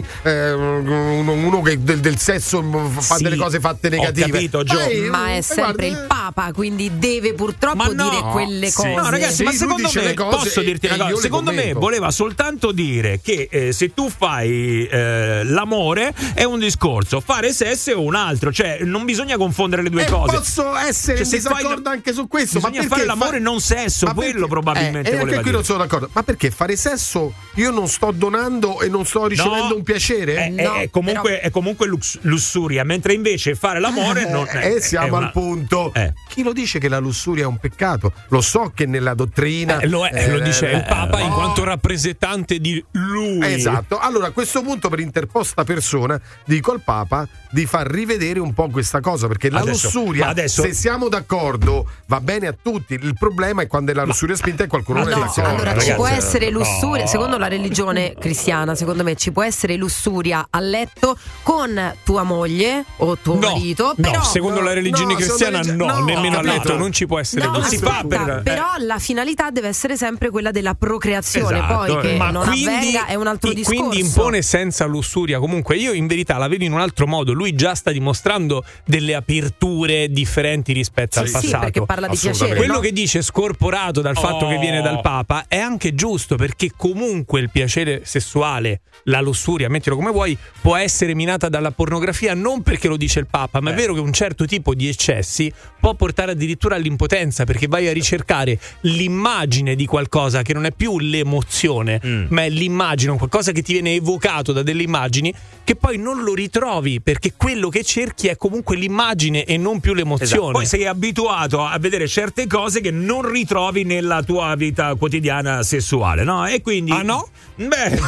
uno che del sesso fa delle cose fatte negative. Ho capito, ma è sempre il Papa, quindi deve purtroppo dire quelle cose. No, ragazzi, ma secondo me posso dirti una cosa? Secondo me voleva soltanto dire che se tu fai l'amore è un discorso, fare sesso è un altro, cioè non bisogna confondere le due cose. Posso essere in disaccordo anche su questo, ma perché fare l'amore non sesso, quello probabilmente e anche qui non sono d'accordo. Ma perché fare sesso io non sto donando e non sto ricevendo un piacere? È comunque lussuria, mentre invece fare l'amore non è. Siamo al punto. Chi lo dice che la lussuria è un peccato? Lo so che nella dottrina lo dice il Papa in quanto rappresentante di lui. Esatto. Allora a questo punto per interposta persona dico al Papa di far rivedere un po' questa cosa, perché la lussuria, se siamo d'accordo, va bene a tutti. Il problema è quando è la lussuria spinta e qualcuno non è d'accordo. Allora ci può essere lussuria, secondo la religione cristiana, secondo me ci può essere lussuria a letto con tua moglie o tuo marito, però secondo la religione cristiana nemmeno a letto non ci può essere lussuria. Però la finalità deve essere sempre quella della procreazione, poi che non avvenga è un altro discorso. Quindi impone senza lussuria. Comunque io in verità la vedo in un altro modo. Lui già sta dimostrando delle aperture differenti rispetto al passato. Perché parla di piacere. Quello che dice scorporato dal fatto che viene dal Papa è anche giusto, perché comunque il piacere sessuale, la lussuria, mettilo come vuoi, può essere minata dalla pornografia, non perché lo dice il Papa, ma è vero che un certo tipo di eccessi può portare addirittura all'impotenza, perché vai a ricercare l'immagine di qualcosa che non è più l'emozione, ma è l'immagine, qualcosa che ti viene evocato da delle immagini che poi non lo ritrovi, perché quello che cerchi è comunque l'immagine e non più l'emozione. Esatto. Poi sei abituato a vedere certe cose che non ritrovi nella tua vita quotidiana sessuale, no? E quindi Beh,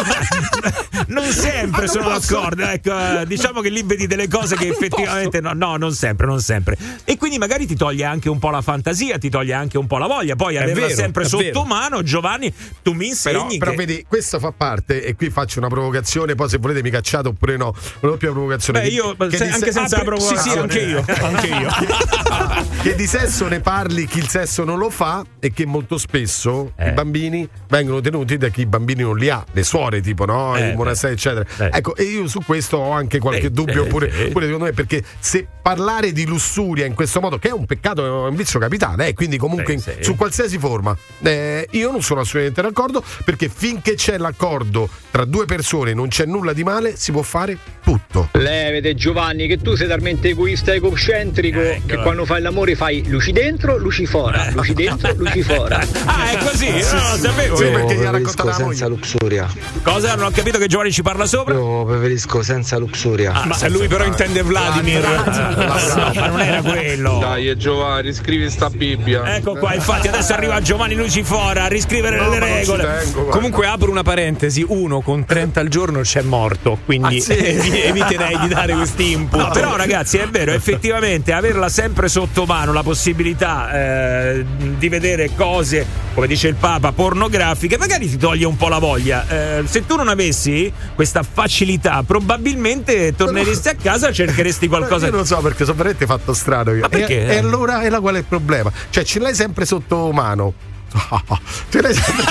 non sempre sono d'accordo. Ecco, diciamo che lì vedi delle cose che effettivamente non sempre. E quindi magari ti toglie anche un po' la fantasia, ti toglie anche un po' la voglia. Poi averla sempre sotto mano, Giovanni, tu mi insegni. Però vedi, questo fa parte, e qui faccio una provocazione. Poi se volete mi cacciate oppure no. Una doppia provocazione. Beh, io anche senza la provocazione. Sì, anche io. Che di sesso ne parli chi il sesso non lo fa, e che molto spesso i bambini vengono tenuti da chi i bambini non li ha, le suore tipo, no? I monasteri eccetera. Ecco, e io su questo ho anche qualche dubbio pure secondo me, perché se parlare di lussuria in questo modo, che è un peccato, è un vizio capitale, quindi comunque su qualsiasi forma, io non sono assolutamente d'accordo, perché finché c'è l'accordo tra due persone non c'è nulla di male, si può fare tutto. Levete Giovanni, che tu sei talmente egoista e egocentrico che quando fai l'amore fai luci dentro, luci fuori, luci dentro, luci fuori. È così? Non lo sapevo. Sì, perché gli ha raccontato la moglie. Senza luxuria. Cosa? Non ho capito che Giovanni ci parla sopra? Io preferisco senza luxuria. Ma lui però intende Vladimir. Ma non era quello. Dai Giovanni, riscrivi sta Bibbia. Ecco qua, infatti adesso arriva Giovanni Lucifora a riscrivere le regole. Comunque apro una parentesi, uno con 30 al giorno c'è morto, quindi eviterei di dare questi input. No, però ragazzi è vero, effettivamente averla sempre sotto mano la possibilità di vedere cose, come dice il Papa, pornografiche, magari ti toglie un po' la voglia. Se tu non avessi questa facilità, probabilmente torneresti a casa e cercheresti qualcosa. Io non so, perché sono veramente fatto strano io. Ma perché? E allora qual è il problema? Cioè ce l'hai sempre sotto mano. Ce l'hai sempre.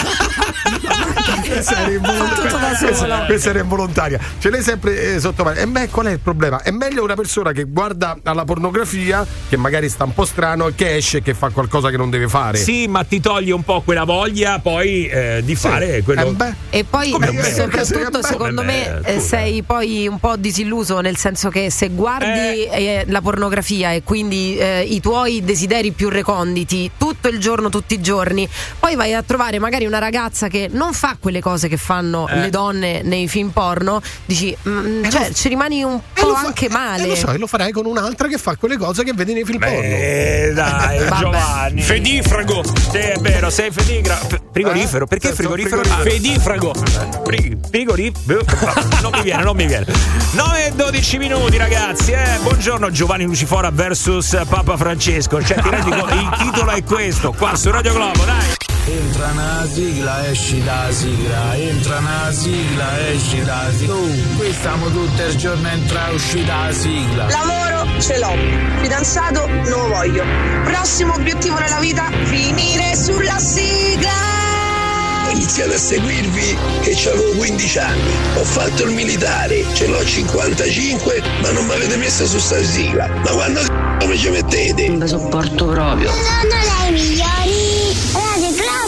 Questa era involontaria. Ce l'hai sempre sotto mano. E qual è il problema? È meglio una persona che guarda alla pornografia, che magari sta un po' strano, e che esce e che fa qualcosa che non deve fare. Sì, ma ti toglie un po' quella voglia poi di fare quello. E poi soprattutto secondo me sei poi un po' disilluso, nel senso che se guardi la pornografia e quindi i tuoi desideri più reconditi tutto il giorno, tutti i giorni, poi vai a trovare magari una ragazza che non fa quelle cose che fanno le donne nei film porno, dici cioè ci rimani un po' anche male. Lo so, e lo farai con un'altra che fa quelle cose che vedi nei film porno. Dai, Giovanni. Fedifrago. Sì, è vero, sei frigorifero. Perché frigorifero? Fedifrago. Frigorifero. Non mi viene. 9:12 minuti, ragazzi. Buongiorno, Giovanni Lucifora versus Papa Francesco. Cioè, ti rendi conto? Il titolo è questo, qua su Radio Globo, dai. Entra una sigla, esci da sigla. Entra una sigla, esci da sigla. Qui stiamo tutto il giorno entra e uscì da sigla. Lavoro ce l'ho, fidanzato non lo voglio. Prossimo obiettivo nella vita, finire sulla sigla. Ho iniziato a seguirvi che avevo 15 anni, ho fatto il militare, ce l'ho 55, ma non mi avete messo su sta sigla. Ma quando mi ci mettete? Non vi sopporto proprio. Sono dei migliori, Radio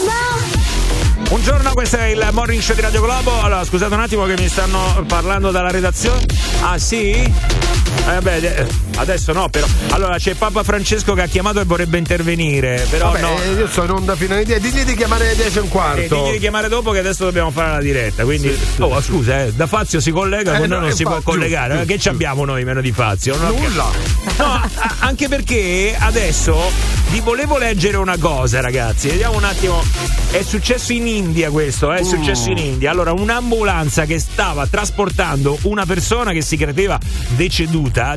Globo. Buongiorno, questo è il Morning Show di Radio Globo. Allora, scusate un attimo che mi stanno parlando dalla redazione. Ah sì? Adesso no, però. Allora c'è Papa Francesco che ha chiamato e vorrebbe intervenire. Però vabbè, no. Io sono in onda fino alle 10. Digli di chiamare alle 10:15. Digli di chiamare dopo che adesso dobbiamo fare la diretta. Quindi. Sì. Scusa, da Fazio si collega, con noi non si può collegare. Giusto. Che ci abbiamo noi meno di Fazio? Nulla. No, anche perché adesso vi volevo leggere una cosa, ragazzi. Vediamo un attimo. È successo in India questo, è successo in India. Allora, un'ambulanza che stava trasportando una persona che si credeva deceduta,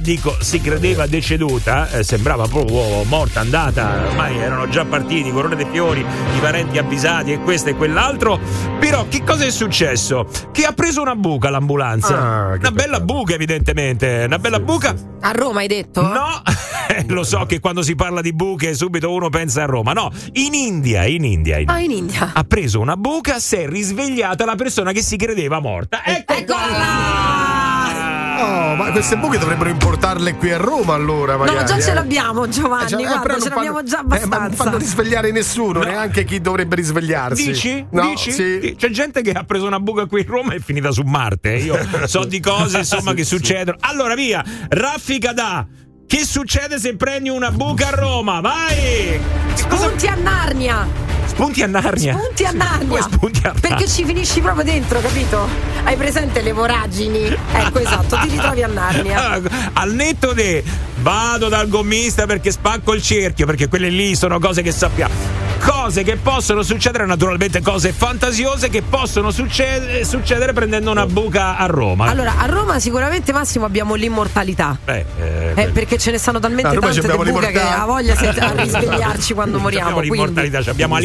sembrava proprio morta, andata, ormai erano già partiti, corone dei fiori, i parenti avvisati e questo e quell'altro. Però che cosa è successo? Che ha preso una buca l'ambulanza. Una bella buca, evidentemente. Una bella buca. A Roma hai detto? No, lo so che quando si parla di buche subito uno pensa a Roma. No, in India. Ah, in India. Ha preso una buca, si è risvegliata la persona che si credeva morta. Eccola! Oh, ma queste buche dovrebbero importarle qui a Roma, allora magari. No, già ce l'abbiamo, Giovanni, guarda, ce l'abbiamo già abbastanza. Ma non fanno risvegliare nessuno, neanche chi dovrebbe risvegliarsi. Dici? No, Dici? Sì. C'è gente che ha preso una buca qui a Roma e è finita su Marte. Io so di cose, insomma, che succedono. Allora, via, raffica da... Che succede se prendi una buca a Roma? Vai! Spunti a Narnia! Spunti a Narnia? Perché ci finisci proprio dentro, capito? Hai presente le voragini? Ecco, esatto, ti ritrovi a Narnia. Al netto di vado dal gommista perché spacco il cerchio, perché quelle lì sono cose che sappiamo. Cose che possono succedere, naturalmente cose fantasiose che possono succedere prendendo una buca a Roma. Allora, a Roma sicuramente, Massimo, abbiamo l'immortalità. Perché ce ne stanno talmente tante di buche che ha voglia a risvegliarci quando moriamo. Abbiamo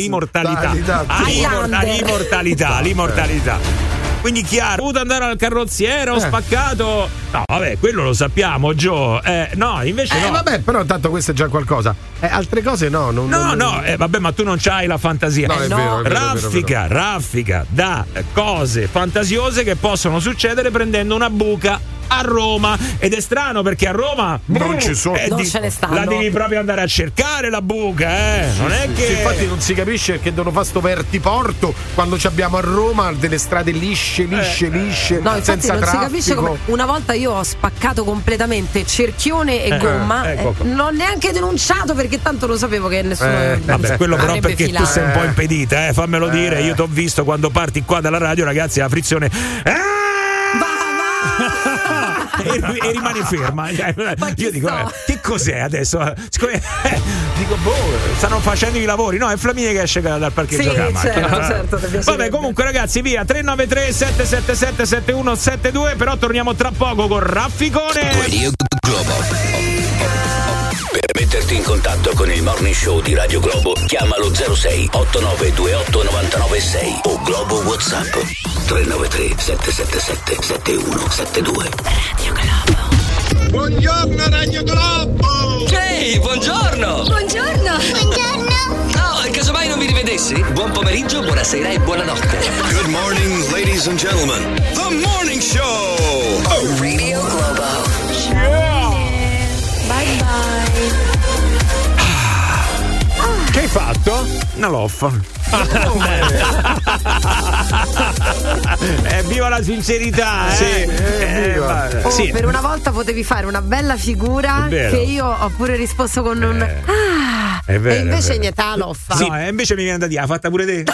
l'immortalità. Quindi chiaro, ho dovuto andare al carrozziere, ho spaccato. No, vabbè, quello lo sappiamo, Gio. No, invece no. Vabbè, però tanto questo è già qualcosa. Altre cose no. Vabbè, ma tu non c'hai la fantasia. No, è vero. Raffica da cose fantasiose che possono succedere prendendo una buca a Roma. Ed è strano perché a Roma non ci sono, non ce ne stanno. La devi proprio andare a cercare la buca, non è che. Sì, infatti non si capisce perché devono fare sto vertiporto quando abbiamo a Roma delle strade lisce, no, senza non traffico. Si capisce come. Una volta io ho spaccato completamente cerchione e gomma, non ho neanche denunciato perché tanto lo sapevo che nessuno vabbè, quello però perché filato. Tu sei un po' impedita, fammelo dire. Io ti ho visto quando parti qua dalla radio, ragazzi, la frizione e rimane ferma. Io dico, che cos'è adesso? Dico, stanno facendo i lavori. No, è Flaminia che esce dal parcheggio della macchina. Certo, vabbè, comunque, ragazzi, via 393 777 7172. Però torniamo tra poco con Rafficone. Radio Globo. Per metterti in contatto con il Morning Show di Radio Globo, chiamalo 06 8928 996 o Globo WhatsApp 393 777 7172. Radio Globo. Buongiorno Radio Globo! Ehi, buongiorno! Buongiorno! No, casomai non vi rivedessi? buon pomeriggio, buonasera e buonanotte. Good morning, ladies and gentlemen. The Morning Show. Radio Globo. Bye bye. Che hai fatto? Una loffa. Viva la sincerità, sì. Per una volta potevi fare una bella figura che io ho pure risposto con un è vero, e invece niente, la loffa. Sì, invece mi viene da dire, ha fatta pure te.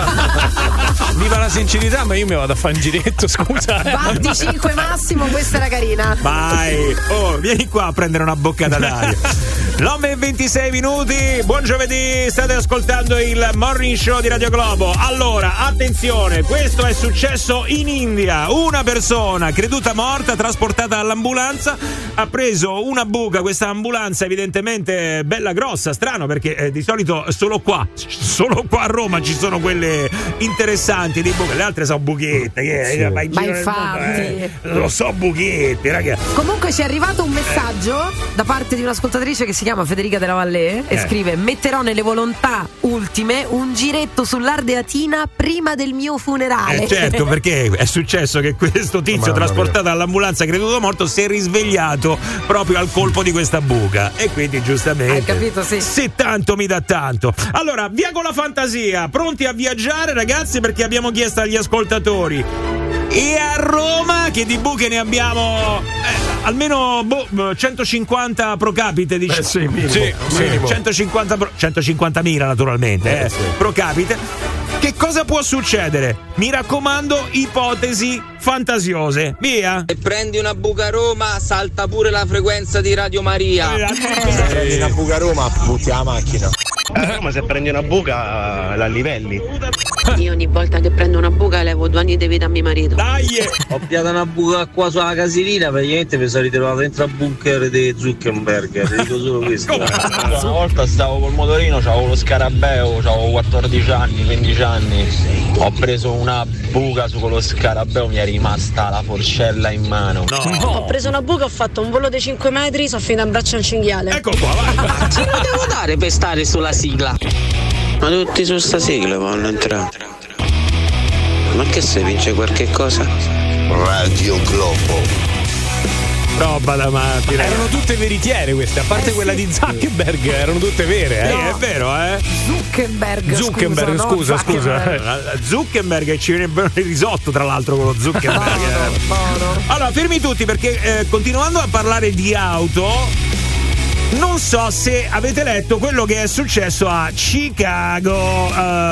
Viva la sincerità, ma io mi vado a fare un giretto, scusa. Batti 5 massimo, questa era carina. Vai, vieni qua a prendere una boccata d'aria. 9:26 minuti, buon giovedì, state ascoltando il Morning Show di Radio Globo. Allora, attenzione, questo è successo in India. Una persona creduta morta, trasportata all'ambulanza, ha preso una buca, questa ambulanza evidentemente bella grossa, strano perché di solito solo qua a Roma ci sono quelle interessanti di buche, le altre sono buchette. Ma infatti lo so, buchette, ragazzi. Comunque ci è arrivato un messaggio da parte di un'ascoltatrice che si chiama Federica della Vallée e scrive: metterò nelle volontà ultime un giretto sull'Ardeatina prima del mio funerale. Certo, perché è successo che questo tizio trasportato all'ambulanza creduto morto si è risvegliato proprio al colpo di questa buca e quindi giustamente hai capito, sì. Se tanto mi dà tanto. Allora, via con la fantasia, pronti a viaggiare ragazzi, perché abbiamo chiesto agli ascoltatori e a Roma che di buche ne abbiamo almeno 150 pro capite, diciamo. Sì, minimo. 150.000 naturalmente pro capite. Che cosa può succedere? Mi raccomando, ipotesi fantasiose. Via. Se prendi una buca a Roma, salta pure la frequenza di Radio Maria. Se prendi una buca a Roma, butti la macchina. Ma se prendi una buca la livelli. Io ogni volta che prendo una buca levo 2 anni di vita a mio marito. Dai! Ho piato una buca qua sulla casilina, praticamente mi sono ritrovato dentro al bunker di Zuckerberg. Ti dico solo questo. Una volta stavo col motorino, c'avevo lo scarabeo, c'avevo 14 anni, 15 anni. Ho preso una buca su quello scarabeo, mi è rimasta la forcella in mano. Ho preso una buca, ho fatto un volo di 5 metri, sono finita in braccio al cinghiale. Ecco qua, vai. Ce lo devo dare per stare sulla sigla. Ma tutti su sta sigla vanno entrare. Ma che se vince qualche cosa? Radio Globo. Roba da matti. Erano tutte veritiere queste, a parte quella di Zuckerberg, erano tutte vere, È vero, Zuckerberg, scusa. Zuckerberg, ci viene il risotto tra l'altro con lo Zuckerberg. Allora, fermi tutti perché continuando a parlare di auto, non so se avete letto quello che è successo a Chicago,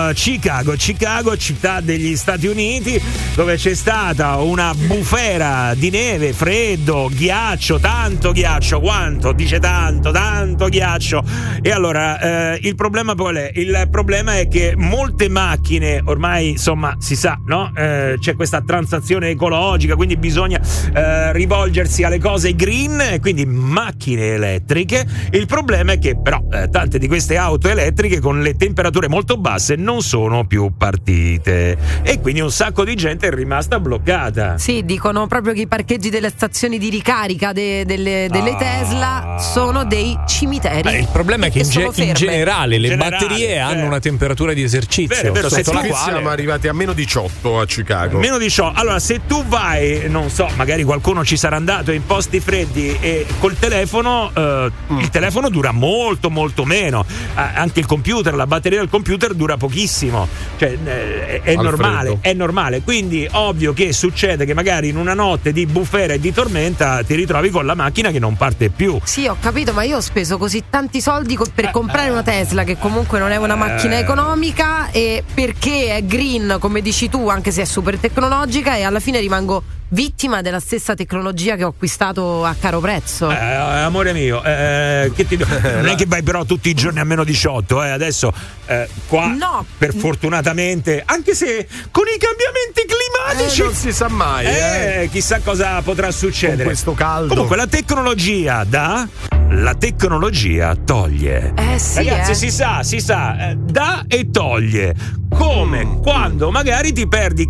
città degli Stati Uniti, dove c'è stata una bufera di neve, freddo, ghiaccio, tanto ghiaccio, quanto? Dice tanto ghiaccio. E allora il problema qual è? Il problema è che molte macchine, ormai insomma si sa, no? C'è questa transizione ecologica, quindi bisogna rivolgersi alle cose green, quindi macchine elettriche. Il problema è che però tante di queste auto elettriche con le temperature molto basse non sono più partite e quindi un sacco di gente è rimasta bloccata. Sì, dicono proprio che i parcheggi delle stazioni di ricarica delle Tesla sono dei cimiteri. Il problema è che in generale le batterie hanno una temperatura di esercizio. Vero, sotto la quale siamo arrivati a meno 18 a Chicago. Meno 18. Allora, se tu vai, non so, magari qualcuno ci sarà andato in posti freddi e col telefono il telefono dura molto meno, anche il computer, la batteria del computer dura pochissimo, cioè è normale, quindi ovvio che succede che magari in una notte di bufera e di tormenta ti ritrovi con la macchina che non parte più. Sì, ho capito, ma io ho speso così tanti soldi per comprare una Tesla, che comunque non è una macchina economica, e perché è green, come dici tu, anche se è super tecnologica, e alla fine rimango vittima della stessa tecnologia che ho acquistato a caro prezzo. Amore mio, non è che vai però tutti i giorni a meno 18, adesso qua no, fortunatamente, anche se con i cambiamenti climatici non si sa mai, chissà cosa potrà succedere con questo caldo. Comunque la tecnologia dà, la tecnologia toglie. Sì, ragazzi, si sa, dà e toglie. Come quando magari ti perdi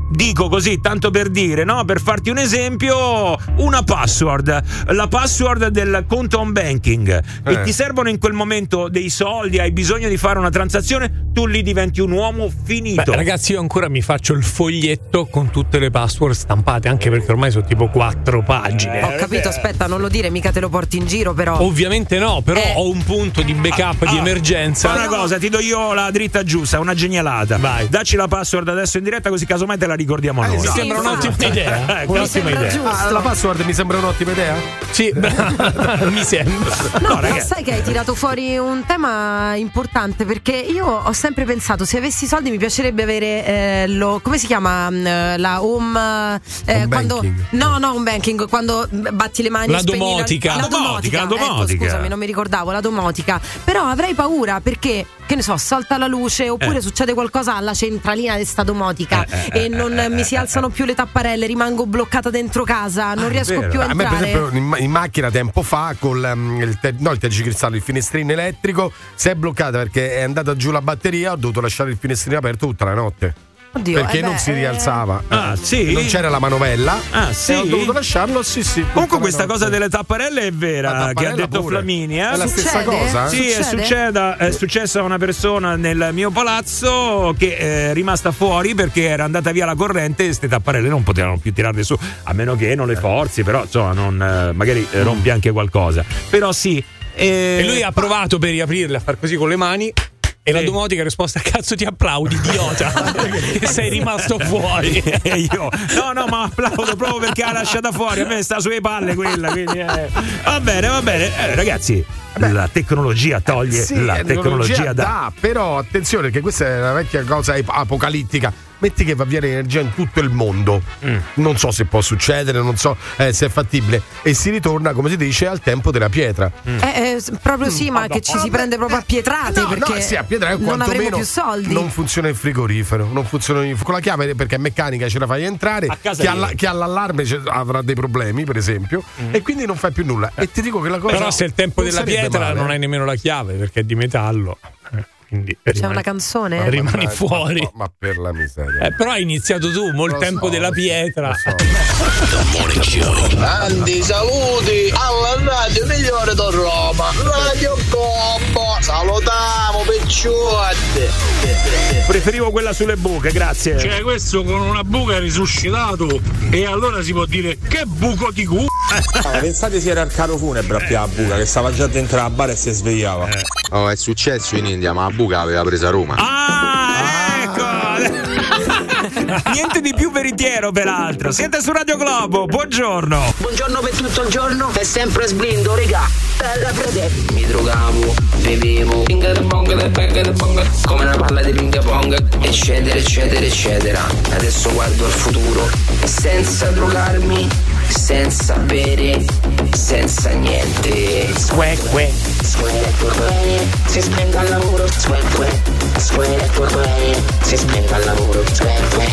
dico così tanto per dire, no? Per farti un esempio, una password, la password del conto home banking, e ti servono in quel momento dei soldi, hai bisogno di fare una transazione, tu lì diventi un uomo finito. Beh, ragazzi, io ancora mi faccio il foglietto con tutte le password stampate, anche perché ormai sono tipo 4 pagine. Ho capito, aspetta, non lo dire, mica te lo porti in giro, però. Ovviamente no, però ho un punto di backup di emergenza. Fa una cosa, ti do io la dritta giusta, una genialata. Vai. Dacci la password adesso in diretta, così casomai te la ricordiamo noi. Mi sembra un'ottima idea. Un'ottima idea. La password mi sembra un'ottima idea? Sì, mi sembra. No, però sai che hai tirato fuori un tema importante, perché io ho sempre pensato, se avessi soldi mi piacerebbe avere come si chiama? La home quando banking. No, home banking, quando batti le mani, la domotica. La domotica. Ecco, scusami, non mi ricordavo, la domotica. Però avrei paura perché, che ne so, salta la luce oppure succede qualcosa alla centralina di sta domotica e non mi si alzano più le tapparelle, rimango bloccata dentro casa, non riesco più a entrare. A me per esempio in macchina tempo fa con il tergicristallo, il finestrino elettrico, si è bloccata perché è andata giù la batteria, ho dovuto lasciare il finestrino aperto tutta la notte. Oddio, perché non si rialzava. Sì? Non c'era la manovella. Sì? E ho dovuto lasciarlo. Sì. Comunque questa cosa delle tapparelle è vera, che ha detto pure. Flamini. È la stessa cosa? Sì, è successa a una persona nel mio palazzo che è rimasta fuori perché era andata via la corrente e queste tapparelle non potevano più tirarle su, a meno che non le forzi, però insomma non, magari rompi anche qualcosa. Però sì. E lui ha provato per riaprirle a far così con le mani. E la domotica ha risposto: a cazzo ti applaudi, idiota, che sei rimasto fuori. E io no, ma applaudo proprio perché l'ha lasciata fuori, a me sta sulle palle quella, quindi va bene, ragazzi. La tecnologia toglie, la tecnologia dà. Però attenzione, che questa è una vecchia cosa apocalittica. Metti che va via l'energia in tutto il mondo, non so se può succedere, non so se è fattibile, e si ritorna, come si dice, al tempo della pietra. Proprio sì, ma che ci si prende proprio a pietrate, perché a pietrate non avremo più soldi. Non funziona il frigorifero, non funziona con la chiave perché è meccanica, ce la fai entrare. Chi ha l'allarme avrà dei problemi, per esempio, e quindi non fai più nulla. E ti dico che la cosa. Però se è il tempo della pietra non hai nemmeno la chiave perché è di metallo. Quindi c'è una canzone? Rimani fuori. Ma per la miseria. Però hai iniziato tu, tempo della pietra. Tanti saluti alla radio migliore da Roma, Radio Globo. Salutiamo picciotte. Preferivo quella sulle buche, grazie. Cioè, questo con una buca è risuscitato, e allora si può dire che buco di cu. Pensate se era il carro funebre a più la buca, che stava già dentro la bara e si svegliava. È successo in India, ma la buca aveva presa a Roma. Ecco. Niente di più veritiero, peraltro. Siete su Radio Globo, buongiorno. Buongiorno per tutto il giorno, è sempre sblindo, regà. Bella frate. Mi drogavo, bevevo, come una palla di ping pong, eccetera. Adesso guardo al futuro, senza drogarmi, senza bere, senza niente. Squeque. Si spenga al lavoro, squeque. Si spenga al lavoro, squeque.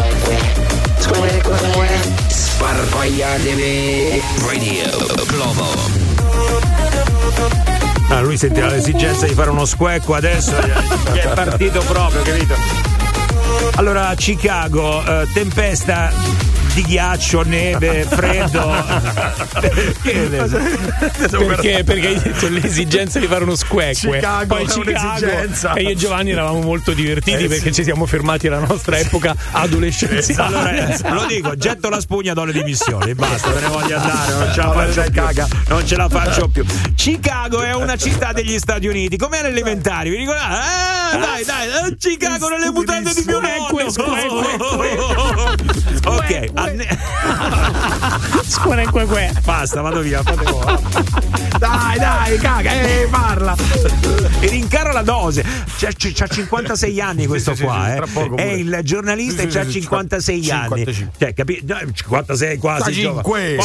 Sparpagliatevi. Radio Globo. Lui sentiva l'esigenza di fare uno squecco adesso, gli è partito proprio, capito? Allora, Chicago, tempesta di ghiaccio, neve, freddo. Perché hai detto l'esigenza di fare uno squecque. Poi Chicago, e io e Giovanni eravamo molto divertiti perché ci siamo fermati alla nostra epoca adolescenziale. Allora, lo dico, getto la spugna, do le dimissioni, basta, me ne voglio andare, non ce la faccio più. Chicago è una città degli Stati Uniti, come alle elementari, vi ricordate? Dai, Chicago nelle mutande di mio nonno. Ok, basta, vado via, fate voi. Dai, caga, parla. E rincara la dose. C'ha 56 anni questo qua, è il giornalista e c'ha 56 anni. 55. Cioè, capito? 56 quasi. 55.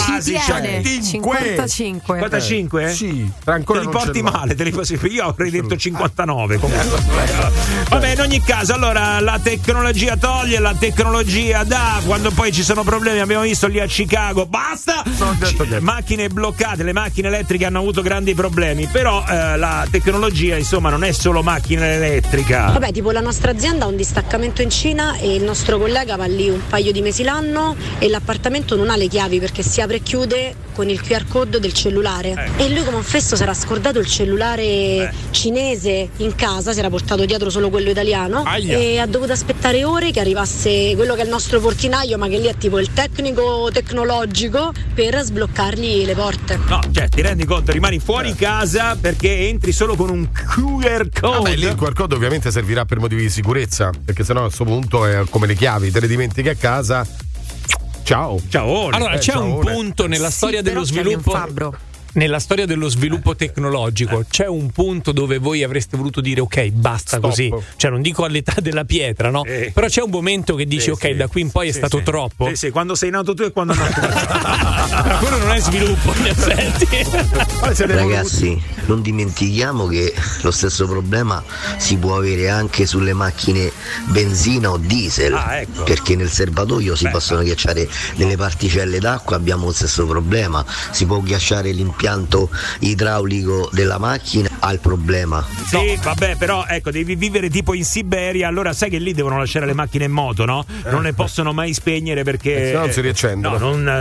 55? Sì. Te li porti male, io avrei detto 59 comunque. Vabbè, in ogni caso, allora la tecnologia toglie, la tecnologia dà. Quando poi ci sono problemi, abbiamo visto lì a Chicago, basta! Macchine bloccate, le macchine elettriche hanno avuto grandi problemi, però la tecnologia, insomma, non è solo macchina elettrica. Vabbè, tipo la nostra azienda ha un distaccamento in Cina e il nostro collega va lì un paio di mesi l'anno e l'appartamento non ha le chiavi perché si apre e chiude con il QR code del cellulare. E lui come un fesso si era scordato il cellulare cinese in casa, si era portato dietro solo quello italiano. Aia. E ha dovuto aspettare ore che arrivasse quello che è il nostro portinaio, ma che lì è tipo il tecnico tecnologico, per sbloccargli le porte. No, cioè ti rendi conto, rimani fuori casa perché entri solo con un QR code. Vabbè, lì il QR code ovviamente servirà per motivi di sicurezza, perché sennò a questo punto è come le chiavi, te le dimentichi a casa. Ciao. Allora c'è un punto nella storia dello sviluppo. Nella storia dello sviluppo tecnologico c'è un punto dove voi avreste voluto dire ok, basta. Stop. Così, cioè non dico all'età della pietra, no? Però c'è un momento che dici ok, da qui in poi è stato troppo. Sì, quando sei nato tu e quando è nato ma quello non è sviluppo, in effetti. Ragazzi, non dimentichiamo che lo stesso problema si può avere anche sulle macchine benzina o diesel, ecco. Perché nel serbatoio si possono ghiacciare delle particelle d'acqua, abbiamo lo stesso problema, si può ghiacciare l'impianto idraulico della macchina, ha il problema. Sì, vabbè, però ecco, devi vivere tipo in Siberia, allora sai che lì devono lasciare le macchine in moto, no? Non le possono mai spegnere perché se no non si riaccendono.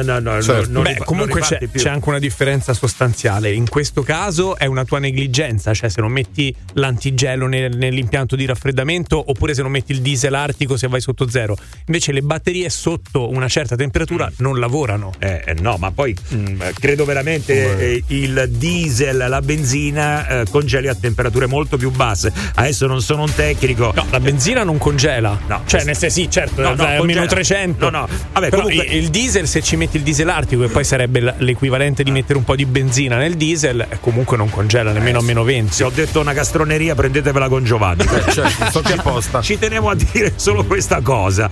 Comunque c'è anche una differenza sostanziale. In questo caso è una tua negligenza, cioè se non metti l'antigelo nell'impianto di raffreddamento, oppure se non metti il diesel artico se vai sotto zero. Invece le batterie sotto una certa temperatura non lavorano. No, ma poi credo veramente il diesel, la benzina congeli a temperature molto più basse. Adesso non sono un tecnico. No, la benzina non congela. No, cioè nel senso sì, certo, è a meno 300. No. Vabbè, però comunque il diesel, se ci metti il diesel artico, e poi sarebbe l'equivalente di mettere un po' di benzina nel diesel, comunque non congela nemmeno a meno 20. Se ho detto una castroneria, prendetevela con Giovanni. Sto qui apposta. Ci tenevo a dire solo questa cosa.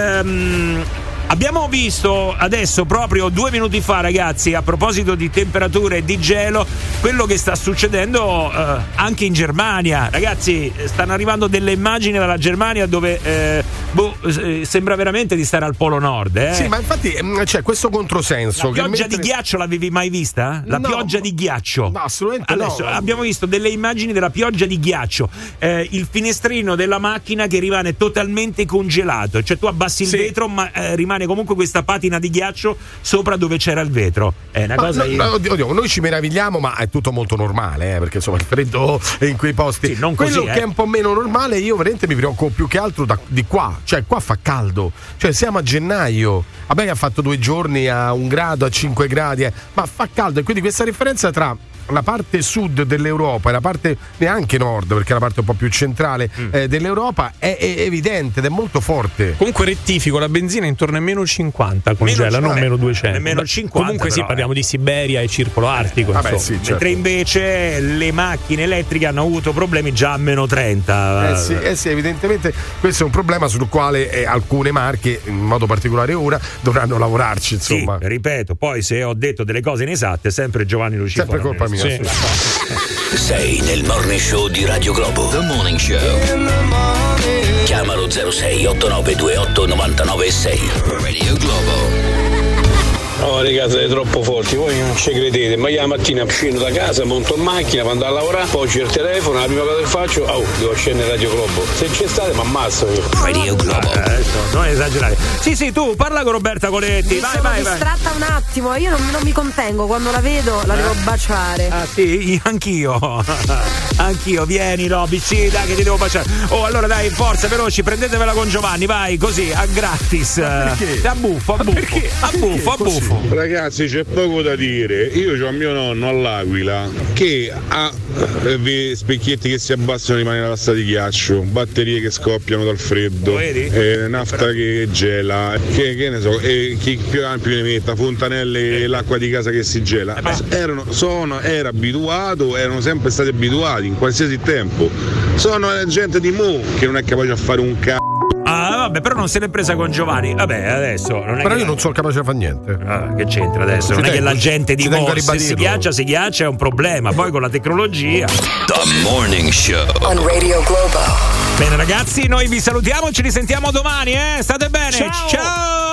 Abbiamo visto adesso, proprio 2 minuti fa, ragazzi, a proposito di temperature e di gelo, quello che sta succedendo anche in Germania. Ragazzi, stanno arrivando delle immagini dalla Germania dove sembra veramente di stare al Polo Nord. Sì, ma infatti c'è questo controsenso. La pioggia di ghiaccio l'avevi mai vista? La pioggia di ghiaccio? No, assolutamente adesso no. Abbiamo visto delle immagini della pioggia di ghiaccio, il finestrino della macchina che rimane totalmente congelato, cioè tu abbassi il vetro ma rimane comunque questa patina di ghiaccio sopra dove c'era il vetro. È una cosa oddio, noi ci meravigliamo, ma è tutto molto normale, perché insomma il freddo in quei posti. Sì, non quello così, che è un po' meno normale, io veramente mi preoccupo più che altro di qua. Cioè qua fa caldo, cioè siamo a gennaio, vabbè, ha fatto 2 giorni a 1 grado, a 5 gradi, ma fa caldo, e quindi questa differenza tra la parte sud dell'Europa e la parte neanche nord, perché è la parte un po' più centrale dell'Europa, è evidente ed è molto forte. Comunque rettifico, la benzina intorno a meno 50 congela, non meno 200. Meno 50. Comunque però, sì, parliamo di Siberia e circolo artico. Vabbè, sì, certo. Mentre invece le macchine elettriche hanno avuto problemi già a meno 30. Sì, evidentemente questo è un problema sul quale alcune marche, in modo particolare ora, dovranno lavorarci, insomma. Sì, ripeto, poi se ho detto delle cose inesatte, sempre Giovanni Lucifora. Sempre colpa mia. Sì. Sei nel Morning Show di Radio Globo. The Morning Show. Chiamalo 06 8928 996. Radio Globo. Oh raga, siete troppo forti, voi non ci credete, ma io la mattina scendo da casa, monto in macchina, vado a lavorare, poi c'è il telefono, la prima cosa che faccio, devo scendere Radio Globo. Se c'è state mi ammazzo io. Radio Globo. Non esagerare. Sì, tu parla con Roberta Coletti. Vai. Distratta un attimo, io non mi contengo, quando la vedo la devo baciare. Ah sì, anch'io, vieni Roby, sì, dai che ti devo baciare. Oh, allora dai, forza, veloci, prendetevela con Giovanni, vai, così, a gratis. Perché? A buffo. Perché? A buffo. Ragazzi, c'è poco da dire. Io ho mio nonno all'Aquila che ha specchietti che si abbassano, rimane la pasta di ghiaccio, batterie che scoppiano dal freddo, nafta che gela, che ne so, chi più ampio ne metta, fontanelle e l'acqua di casa che si gela. Era abituato, erano sempre stati abituati in qualsiasi tempo. Sono gente di mo che non è capace a fare un vabbè, però non se l'è presa con Giovanni. Vabbè, adesso non è però che... io non sono capace di fare niente. Che c'entra adesso? Non è che la gente di se si ghiaccia è un problema. Poi con la tecnologia. The Morning Show on Radio Globo. Bene ragazzi, noi vi salutiamo, ci risentiamo domani, State bene. Ciao.